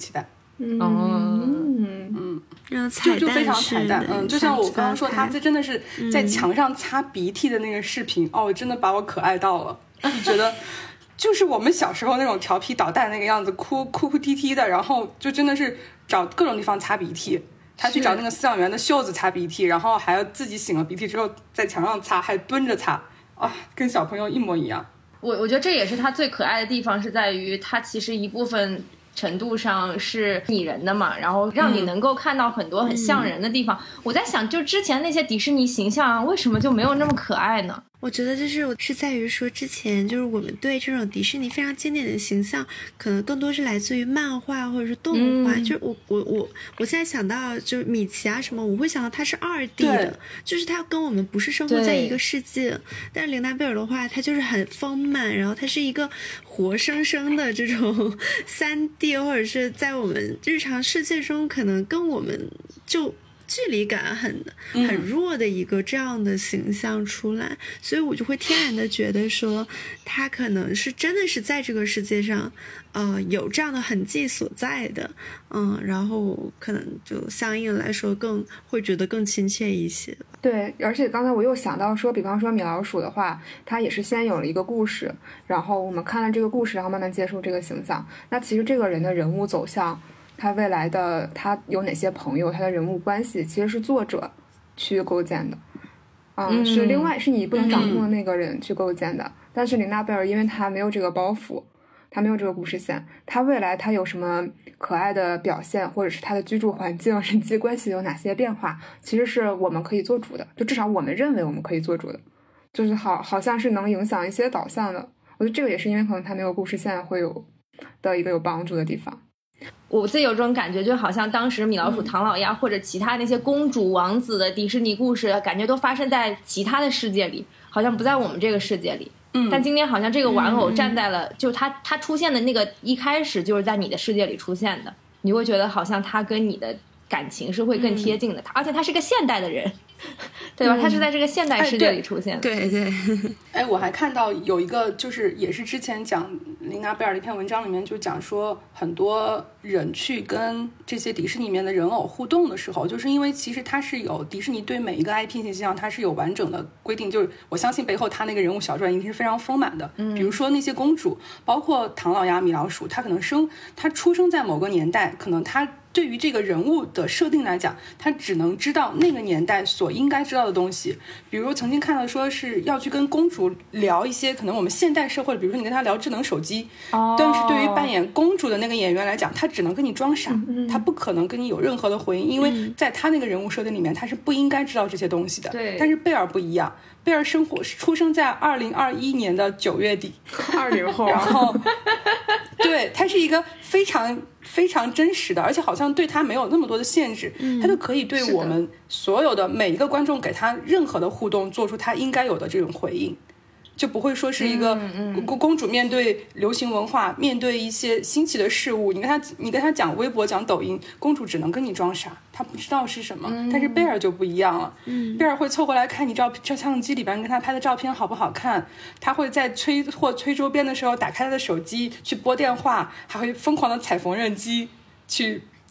就非常彩蛋，就像我刚刚说，他这真的是在墙上擦鼻涕的那个视频，真的把我可爱到了，就觉得就是我们小时候那种调皮捣蛋那个样子，哭啼啼的，然后就真的是找各种地方擦鼻涕，他去找那个饲养员的袖子擦鼻涕，然后还要自己擤了鼻涕之后在墙上擦，还蹲着擦，跟小朋友一模一样。 我觉得这也是他最可爱的地方，是在于他其实一部分程度上是拟人的嘛，然后让你能够看到很多很像人的地方。我在想，就之前那些迪士尼形象为什么就没有那么可爱呢？ 我觉得是在于说，之前就是我们对这种迪士尼非常经典的形象，可能更多是来自于漫画或者是动画。就是我现在想到就是米奇啊什么，我会想到它是2D 的，就是它跟我们不是生活在一个世界。但是琳娜贝尔的话，它就是很丰满，然后它是一个活生生的这种3D， 或者是在我们日常世界中可能跟我们就距离感很弱的一个这样的形象出来，所以我就会天然的觉得说他可能是真的是在这个世界上有这样的痕迹所在的，然后可能就相应来说更会觉得更亲切一些。 对，而且刚才我又想到说，比方说米老鼠的话，它也是先有了一个故事，然后我们看了这个故事，然后慢慢接受这个形象。那其实这个人的人物走向，他未来的他有哪些朋友，他的人物关系其实是作者去构建的，是另外是你不能掌控的那个人去构建的。但是琳娜贝尔因为他没有这个包袱，他没有这个故事线，他未来他有什么可爱的表现，或者是他的居住环境、人际关系有哪些变化，其实是我们可以做主的，就至少我们认为我们可以做主的，就是好像是能影响一些导向的。我觉得这个也是因为可能他没有故事线会有的一个有帮助的地方。 我自己有这种感觉，就好像当时米老鼠、唐老鸭或者其他那些公主王子的迪士尼故事，感觉都发生在其他的世界里，好像不在我们这个世界里。但今天好像这个玩偶站在了，就它出现的那个一开始就是在你的世界里出现的，你会觉得好像它跟你的感情是会更贴近的，而且他是个现代的人，对吧？他是在这个现代世界里出现的。 对。 我还看到有一个，就是也是之前讲琳娜贝尔的一篇文章里面就讲说，很多人去跟这些迪士尼里面的人偶互动的时候，就是因为其实它是有迪士尼对每一个 IP 形象它是有完整的规定，就是我相信背后它那个人物小传一定是非常丰满的。比如说那些公主，包括唐老鸭、米老鼠，它可能它出生在某个年代，可能它对于这个人物的设定来讲，他只能知道那个年代所应该知道的东西。比如曾经看到说是要去跟公主聊一些可能我们现代社会，比如说你跟他聊智能手机，但是对于扮演公主的那个演员来讲，他只能跟你装傻，他不可能跟你有任何的回应，因为在他那个人物设定里面，他是不应该知道这些东西的。 对， 但是贝尔不一样，贝尔出生在2021年的9月底 ，20后， 然后对，他是一个非常非常真实的，而且好像对他没有那么多的限制，他就可以对我们所有的每一个观众给他任何的互动做出他应该有的这种回应，就不会说是一个公主面对流行文化，面对一些新奇的事物，你跟他讲微博讲抖音，公主只能跟你装傻，她不知道是什么。但是贝尔就不一样了，贝尔会凑过来看你照相机里边跟他拍的照片好不好看，他会在催周边的时候打开他的手机去拨电话，还会疯狂的踩缝纫机去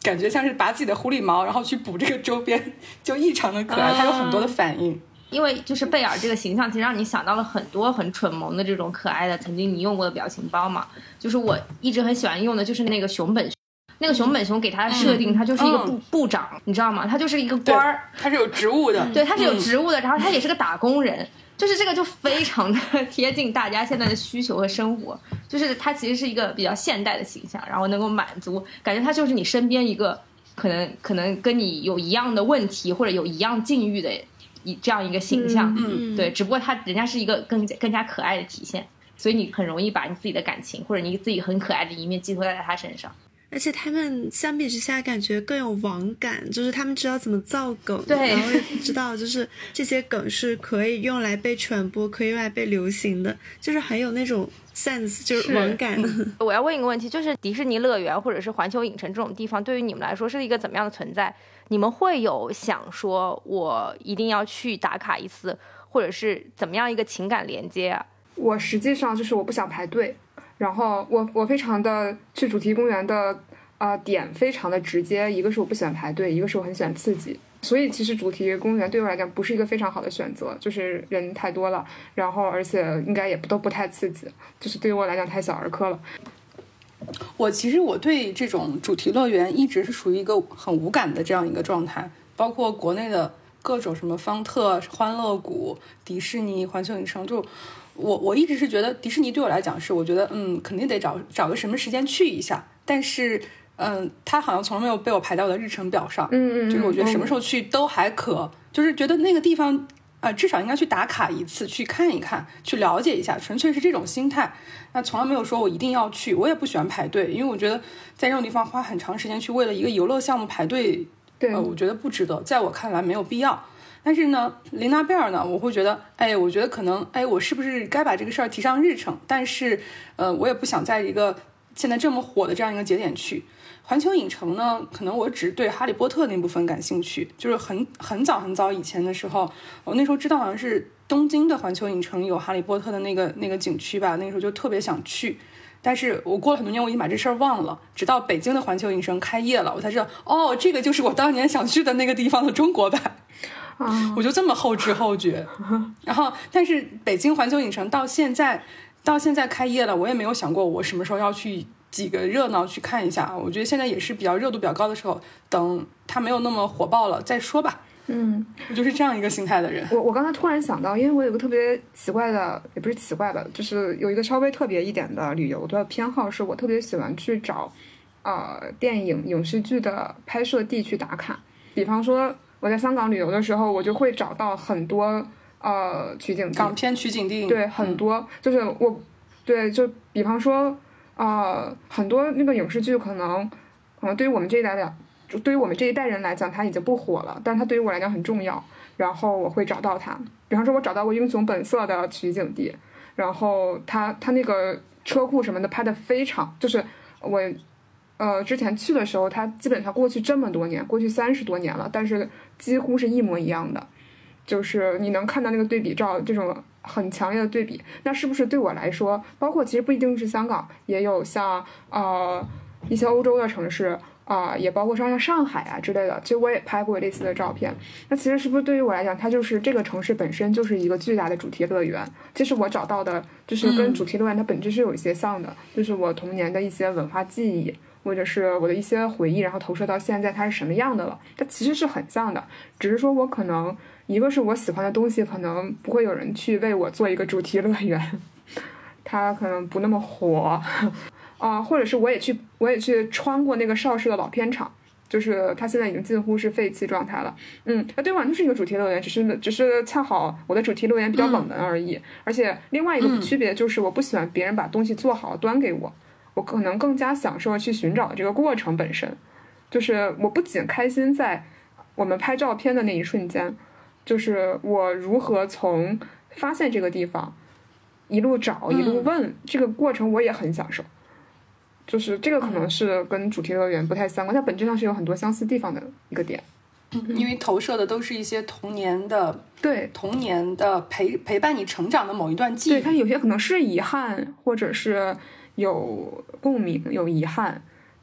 感觉像是拔自己的狐狸毛然后去补这个周边，就异常的可爱，它有很多的反应。 因为就是贝尔这个形象其实让你想到了很多很蠢萌的这种可爱的曾经你用过的表情包嘛，就是我一直很喜欢用的就是那个熊本熊，那个熊本熊给他的设定，他就是一个部长，你知道吗？他就是一个官儿， 他是有职务的， 对，他是有职务的，然后他也是个打工人，就是这个就非常的贴近大家现在的需求和生活，就是他其实是一个比较现代的形象，然后能够满足，感觉他就是你身边一个可能跟你有一样的问题或者有一样境遇的这样一个形象，对，只不过人家是一个更加可爱的体现，所以你很容易把你自己的感情或者你自己很可爱的一面寄托在他身上。 而且他们相比之下感觉更有网感，就是他们知道怎么造梗， 对， 然后知道就是这些梗是可以用来被传播，可以用来被流行的，就是很有那种 sense， 就是网感。 我要问一个问题，就是迪士尼乐园或者是环球影城这种地方对于你们来说是一个怎么样的存在？你们会有想说我一定要去打卡一次，或者是怎么样一个情感连接啊？ 我实际上就是我不想排队，然后我非常的去主题公园的点非常的直接，一个是我不喜欢排队，一个是我很喜欢刺激，所以其实主题公园对我来讲不是一个非常好的选择，就是人太多了，然后而且应该也都不太刺激，就是对于我来讲太小儿科了。 其实我对这种主题乐园一直是属于一个很无感的这样一个状态，包括国内的各种什么方特、欢乐谷、迪士尼、环球影城，就我一直是觉得迪士尼对我来讲是我觉得肯定得找个什么时间去一下，但是它好像从来没有被我排到我的日程表上，就是我觉得什么时候去都还可，就是觉得那个地方至少应该去打卡一次，去看一看，去了解一下，纯粹是这种心态。那从来没有说我一定要去，我也不喜欢排队，因为我觉得在这种地方花很长时间去为了一个游乐项目排队，我觉得不值得，在我看来没有必要。但是呢，琳娜贝尔呢，我会觉得，我觉得可能，我是不是该把这个事儿提上日程？但是，我也不想在一个现在这么火的这样一个节点去。环球影城呢，可能我只对哈利波特那部分感兴趣，就是很早以前的时候，我那时候知道好像是东京的环球影城有哈利波特的那个景区吧，那个时候就特别想去，但是我过了很多年我已经把这事儿忘了，直到北京的环球影城开业了，我才知道这个就是我当年想去的那个地方的中国版。我就这么后知后觉。然后但是北京环球影城到现在开业了，我也没有想过我什么时候要去几个热闹去看一下，我觉得现在也是比较热度比较高的时候，等它没有那么火爆了再说吧。我就是这样一个心态的人。 我刚才突然想到，因为我有个特别奇怪的，也不是奇怪吧，就是有一个稍微特别一点的旅游的偏好，是我特别喜欢去找电影影视剧的拍摄地去打卡。比方说我在香港旅游的时候，我就会找到很多取景地， 港片取景地， 对，很多，就是对，就比方说很多那个影视剧可能对于我们这一代人来讲它已经不火了，但它对于我来讲很重要，然后我会找到它。比方说我找到过英雄本色的取景地，然后它那个车库什么的拍的非常，就是我之前去的时候，它基本上过去这么多年，过去30多年了，但是几乎是一模一样的，就是你能看到那个对比照，这种很强烈的对比。那是不是对我来说，包括其实不一定是香港，也有像一些欧洲的城市也包括像上海啊之类的，其实我也拍过类似的照片。那其实是不是对于我来讲，它就是这个城市本身就是一个巨大的主题乐园？其实我找到的就是跟主题乐园它本质是有一些像的，就是我童年的一些文化记忆，或者是我的一些回忆，然后投射到现在它是什么样的了，它其实是很像的，只是说我可能一个是我喜欢的东西可能不会有人去为我做一个主题乐园，它可能不那么火或者是我也去穿过那个邵氏的老片场，就是它现在已经近乎是废弃状态了。它对我就是一个主题乐园，只是恰好我的主题乐园比较冷门而已。而且另外一个区别就是我不喜欢别人把东西做好端给我，我可能更加享受去寻找的这个过程本身。就是我不仅开心在我们拍照片的那一瞬间，就是我如何从发现这个地方一路找一路问，这个过程我也很享受。就是这个可能是跟主题乐园不太相关，它本质上是有很多相似地方的一个点。 因为投射的都是一些童年的陪伴你成长的某一段记忆。 对，它有些可能是遗憾，或者是有共鸣有遗憾，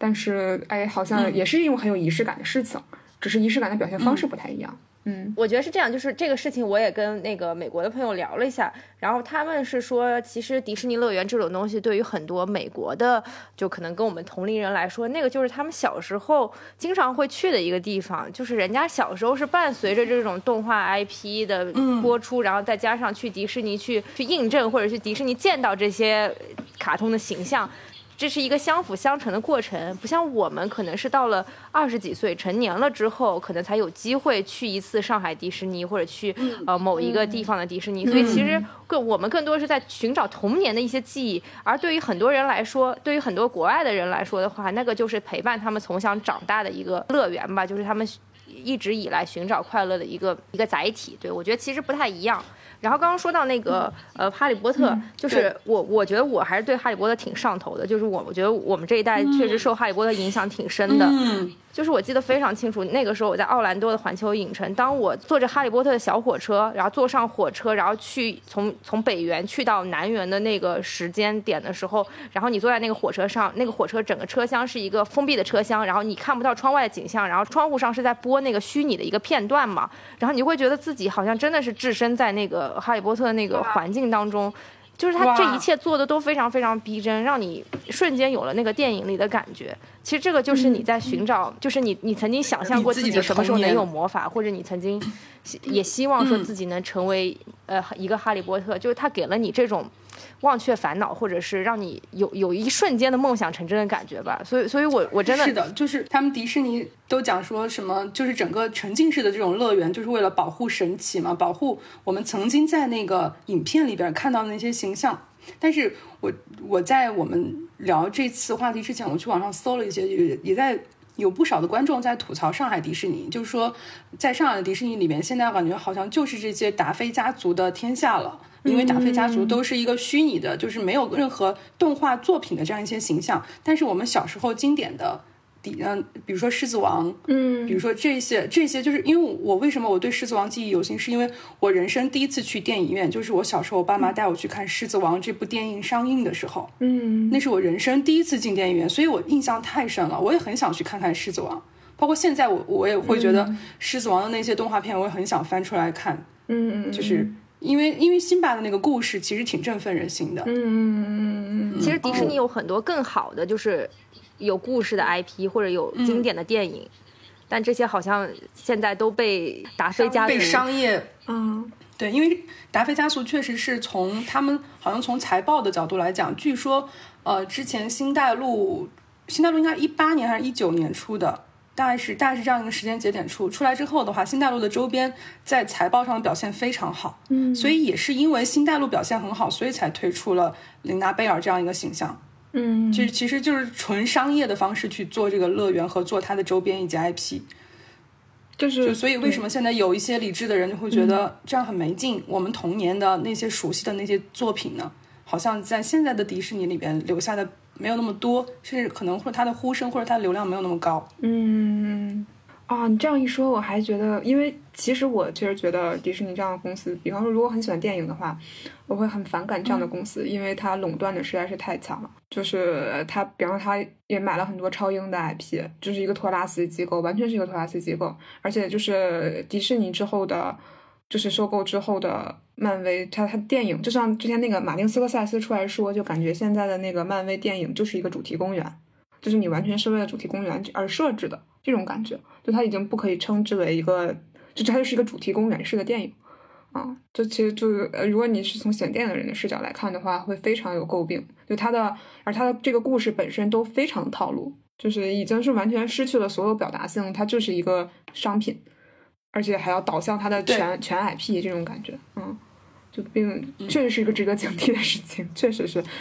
但是好像也是一种很有仪式感的事情，只是仪式感的表现方式不太一样。 我觉得是这样，就是这个事情我也跟那个美国的朋友聊了一下，然后他们是说，其实迪士尼乐园这种东西对于很多美国的就可能跟我们同龄人来说，那个就是他们小时候经常会去的一个地方，就是人家小时候是伴随着这种动画 IP 的播出，然后再加上去迪士尼去印证，或者去迪士尼见到这些卡通的形象，这是一个相辅相成的过程，不像我们可能是到了20几岁成年了之后，可能才有机会去一次上海迪士尼或者去某一个地方的迪士尼，所以其实我们更多是在寻找童年的一些记忆，而对于很多人来说，对于很多国外的人来说的话，那个就是陪伴他们从小长大的一个乐园吧，就是他们一直以来寻找快乐的一个载体。对，我觉得其实不太一样。然后刚刚说到那个哈利波特，就是我觉得我还是对哈利波特挺上头的，就是我觉得我们这一代确实受哈利波特影响挺深的。就是我记得非常清楚，那个时候我在奥兰多的环球影城，当我坐着哈利波特的小火车，然后坐上火车，然后去从北园去到南园的那个时间点的时候，然后你坐在那个火车上，那个火车整个车厢是一个封闭的车厢，然后你看不到窗外的景象，然后窗户上是在播那个虚拟的一个片段嘛，然后你会觉得自己好像真的是置身在那个哈利波特的那个环境当中，就是他这一切做的都非常非常逼真，让你瞬间有了那个电影里的感觉。其实这个就是你在寻找，就是你曾经想象过自己什么时候能有魔法，或者你曾经也希望说自己能成为一个哈利波特，就是他给了你这种忘却烦恼，或者是让你有一瞬间的梦想成真的感觉吧。所以我真的是的，就是他们迪士尼都讲说什么，就是整个沉浸式的这种乐园，就是为了保护神奇嘛，保护我们曾经在那个影片里边看到的那些形象。但是我在我们聊这次话题之前，我去网上搜了一些，也在有不少的观众在吐槽上海迪士尼，就是说在上海的迪士尼里面，现在感觉好像就是这些达菲家族的天下了。因为达菲家族都是一个虚拟的，就是没有任何动画作品的这样一些形象，但是我们小时候经典的比如说狮子王，比如说这些就是因为我为什么我对狮子王记忆犹新，是因为我人生第一次去电影院，就是我小时候我爸妈带我去看狮子王这部电影上映的时候，那是我人生第一次进电影院，所以我印象太深了，我也很想去看看狮子王，包括现在我也会觉得狮子王的那些动画片我也很想翻出来看，就是因为辛巴的那个故事其实挺振奋人心的。 其实迪士尼有很多更好的，就是有故事的 IP 或者有经典的电影，但这些好像现在都被达菲家族被商业，对，因为达菲家族确实是他们好像从财报的角度来讲，据说之前新大陆应该18年还是19年出的。大概是这样一个时间节点出来之后的话，新大陆的周边在财报上的表现非常好，所以也是因为新大陆表现很好，所以才推出了琳娜贝尔这样一个形象。其实就是纯商业的方式去做这个乐园和做它的周边以及 IP， 就所以为什么现在有一些理智的人就会觉得这样很没劲，我们童年的那些熟悉的那些作品呢，好像在现在的迪士尼里边留下的没有那么多，甚至可能或者它的呼声或者它的流量没有那么高。 你这样一说，我还觉得，因为其实我确实觉得迪士尼这样的公司，比方说如果很喜欢电影的话，我会很反感这样的公司，因为它垄断的实在是太强了。就是它，比方说它也买了很多超英的 IP， 就是一个托拉斯机构，完全是一个托拉斯机构，而且就是迪士尼之后的，就是收购之后的漫威，它电影就像之前那个马丁斯科塞斯出来说，就感觉现在的那个漫威电影就是一个主题公园，就是你完全是为了主题公园而设置的这种感觉，就它已经不可以称之为一个，就它就是一个主题公园式的电影啊。就其实就是如果你是从选电影的人的视角来看的话，会非常有诟病，就它的这个故事本身都非常套路，就是已经是完全失去了所有表达性，它就是一个商品，而且还要导向它的全 IP 这种感觉，就确实是一个值得警惕的事情，确实是，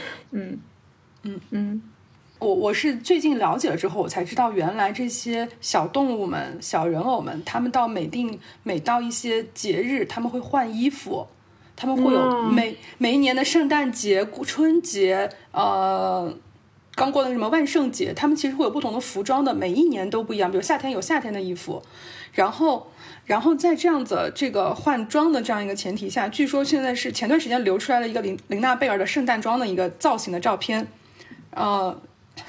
我是最近了解了之后，我才知道原来这些小动物们、小人偶们，他们到每到一些节日，他们会换衣服，他们会有每一年的圣诞节、春节，刚过的什么万圣节，他们其实会有不同的服装的，每一年都不一样。比如夏天有夏天的衣服，然后在这样子这个换装的这样一个前提下，据说现在是前段时间流出来了一个琳娜贝尔的圣诞装的一个造型的照片，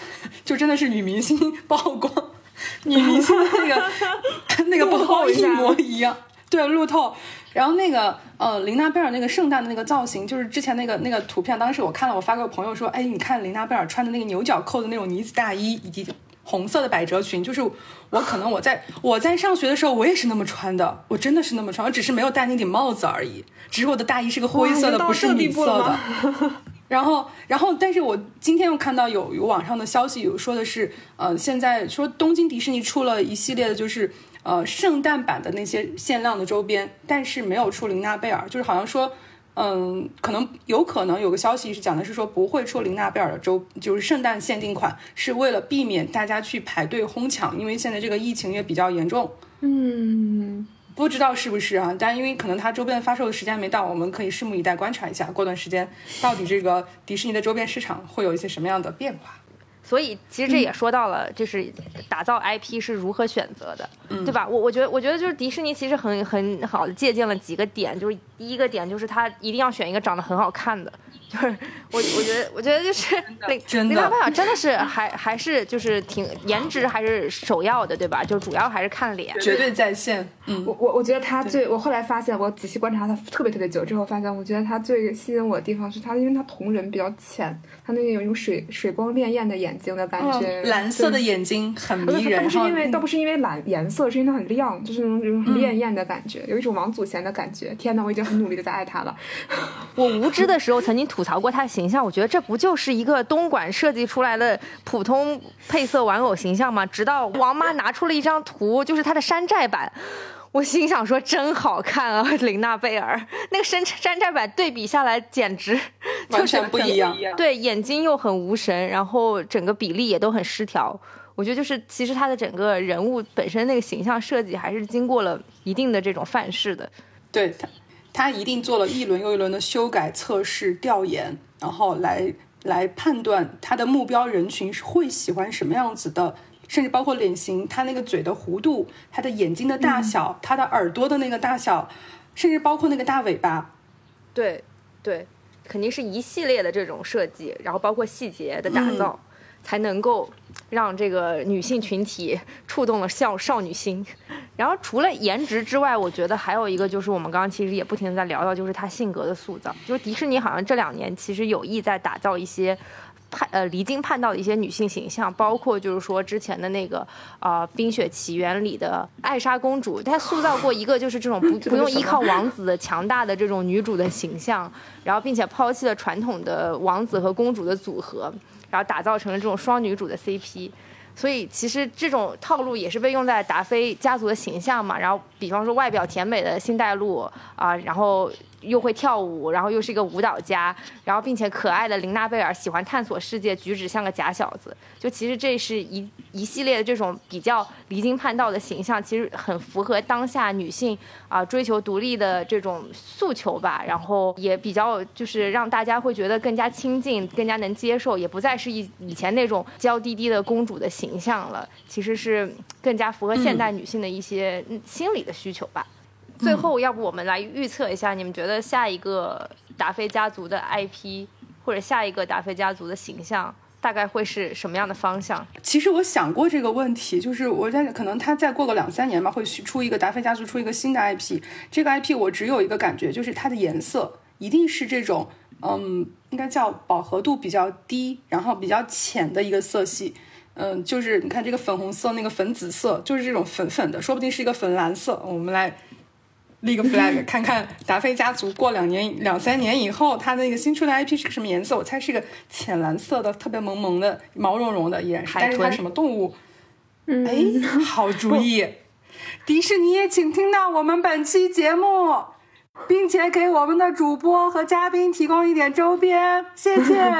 就真的是女明星曝光，女明星的那个包包一模一样，对，路透。然后那个琳娜贝尔那个圣诞的那个造型，就是之前那个图片，当时我看了，我发给我朋友说，哎，你看琳娜贝尔穿的那个牛角扣的那种呢子大衣，以及红色的百褶裙，就是我在上学的时候，我也是那么穿的，我真的是那么穿，我只是没有戴那顶帽子而已，只是我的大衣是个灰色的，不是米色的。然后，但是我今天又看到有网上的消息，有说的是，现在说东京迪士尼出了一系列的，就是圣诞版的那些限量的周边，但是没有出琳娜贝尔，就是好像说，有可能有个消息是讲的是说不会出琳娜贝尔的就是圣诞限定款，是为了避免大家去排队哄抢，因为现在这个疫情也比较严重。不知道是不是啊？但因为可能它周边的发售的时间没到，我们可以拭目以待，观察一下，过段时间到底这个迪士尼的周边市场会有一些什么样的变化。 所以其实这也说到了，就是打造 IP 是如何选择的，对吧？我觉得就是迪士尼其实很好的借鉴了几个点，就是第一个点就是他一定要选一个长得很好看的，就是我觉得就是琳娜贝尔真的是还是就是挺颜值还是首要的，对吧？就主要还是看脸， 绝对在线。 我觉得他我后来发现，我仔细观察他特别久之后发现，我觉得他最吸引我的地方是他，因为他瞳仁比较浅，他那个有一种水光潋滟的眼睛的感觉， 蓝色的眼睛很迷人。 倒不是因为颜色，是因为它很亮，就是那种很潋滟的感觉，有一种王祖贤的感觉。天哪，我已经很努力的在爱他了。 我无知的时候曾经吐槽过他的形象，我觉得这不就是一个东莞设计出来的普通配色玩偶形象吗？直到王妈拿出了一张图，就是他的山寨版。我心想说真好看啊，琳娜贝尔那个山寨版对比下来简直完全不一样， 对，眼睛又很无神，然后整个比例也都很失调。我觉得就是其实他的整个人物本身那个形象设计还是经过了一定的这种范式的。 对，他一定做了一轮又一轮的修改测试调研，然后来判断他的目标人群是会喜欢什么样子的，甚至包括脸型，他那个嘴的弧度，他的眼睛的大小，他的耳朵的那个大小，甚至包括那个大尾巴。 对，肯定是一系列的这种设计，然后包括细节的打造，才能够让这个女性群体触动了少女心。然后除了颜值之外，我觉得还有一个就是我们刚刚其实也不停地在聊到，就是她性格的塑造。就是迪士尼好像这2年其实有意在打造一些离经叛道的一些女性形象，包括就是说之前的那个冰雪奇缘里的艾莎公主，她塑造过一个就是这种不用依靠王子的强大的这种女主的形象，然后并且抛弃了传统的王子和公主的组合，然后打造成了这种双女主的 CP。所以其实这种套路也是被用在达菲家族的形象嘛，然后比方说外表甜美的辛黛露然后又会跳舞，然后又是一个舞蹈家，然后并且可爱的琳娜贝尔喜欢探索世界，举止像个假小子。就其实这是一系列的这种比较离经叛道的形象，其实很符合当下女性追求独立的这种诉求吧，然后也比较就是让大家会觉得更加亲近，更加能接受，也不再是以前那种娇滴滴的公主的形象了，其实是更加符合现代女性的一些心理的需求吧。最后要不我们来预测一下，你们觉得下一个达菲家族的 IP 或者下一个达菲家族的形象大概会是什么样的方向？ 其实我想过这个问题，就是我在可能他再过个2-3年吧，会出一个达菲家族出一个新的 IP。这个 IP 我只有一个感觉，就是它的颜色一定是这种应该叫饱和度比较低，然后比较浅的一个色系。就是你看这个粉红色，那个粉紫色，就是这种粉粉的，说不定是一个粉蓝色。我们来立个 flag 看看达菲家族过2-3年以后，它那个新出的 IP 是个什么颜色？我猜是个浅蓝色的，特别萌萌的，毛茸茸的，依然是，但是它什么动物？好主意！迪士尼，请听到我们本期节目，并且给我们的主播和嘉宾提供一点周边，谢谢。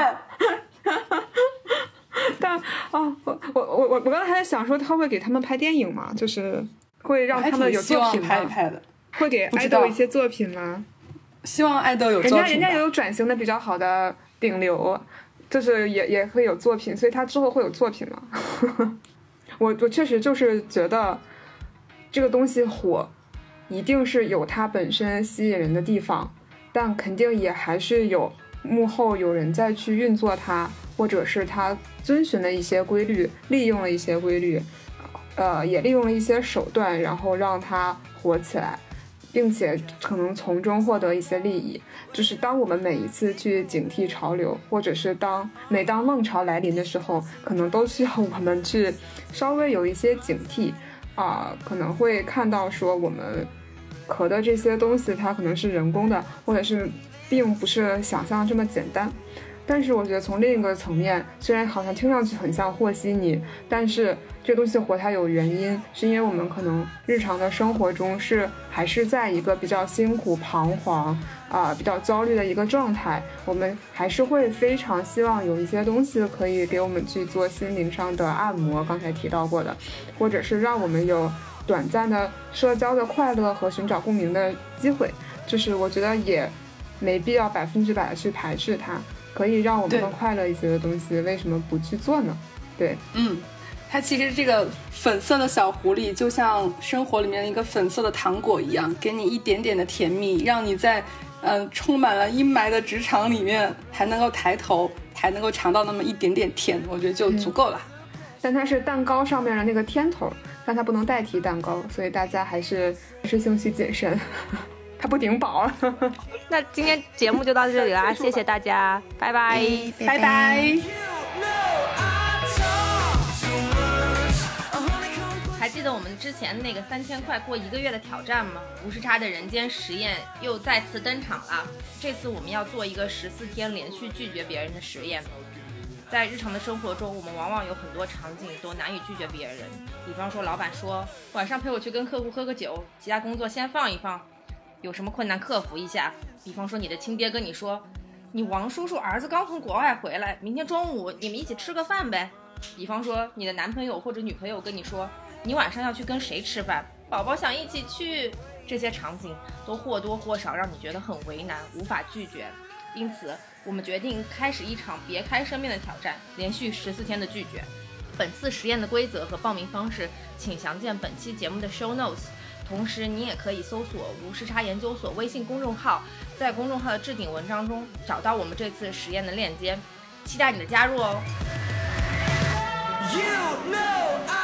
但我刚才还在想说，他会给他们拍电影吗？就是会让他们有作品吗？ 拍的。 会给爱豆一些作品吗？ 希望爱豆有作品， 人家也有转型的比较好的顶流，就是也会有作品，所以他之后会有作品吗？我确实就是觉得这个东西火一定是有它本身吸引人的地方，但肯定也还是有幕后有人在去运作它， 或者是他遵循了一些规律，利用了一些规律，也利用了一些手段，然后让他火起来，并且可能从中获得一些利益。就是当我们每一次去警惕潮流，或者是每当浪潮来临的时候，可能都需要我们去稍微有一些警惕可能会看到说我们壳的这些东西它可能是人工的，或者是并不是想象这么简单。但是我觉得从另一个层面，虽然好像听上去很像和稀泥，但是这东西活它有原因，是因为我们可能日常的生活中还是在一个比较辛苦彷徨比较焦虑的一个状态，我们还是会非常希望有一些东西可以给我们去做心灵上的按摩，刚才提到过的，或者是让我们有短暂的社交的快乐和寻找共鸣的机会。就是我觉得也没必要100%的去排斥它，可以让我们更快乐一些的东西，为什么不去做呢？对， 它其实这个粉色的小狐狸就像生活里面一个粉色的糖果一样，给你一点点的甜蜜，让你在充满了阴霾的职场里面还能够抬头，还能够尝到那么一点点甜，我觉得就足够了。 但它是蛋糕上面的那个甜头，但它不能代替蛋糕，所以大家还是兴趣谨慎，它不顶饱。 那今天节目就到这里啦，谢谢大家，拜拜， 拜拜。 还记得我们之前那个3000块过1个月的挑战吗？无时差的人间实验又再次登场了。这次我们要做一个14天连续拒绝别人的实验。在日常的生活中，我们往往有很多场景都难以拒绝别人，比方说老板说晚上陪我去跟客户喝个酒，其他工作先放一放，有什么困难克服一下。比方说你的亲爹跟你说，你王叔叔儿子刚从国外回来，明天中午你们一起吃个饭呗。比方说你的男朋友或者女朋友跟你说，你晚上要去跟谁吃饭，宝宝想一起去。这些场景都或多或少让你觉得很为难，无法拒绝。因此我们决定开始一场别开生面的挑战，连续14天的拒绝。本次实验的规则和报名方式请详见本期节目的 show notes， 同时你也可以搜索无时差研究所微信公众号，在公众号的置顶文章中找到我们这次实验的链接，期待你的加入哦。You know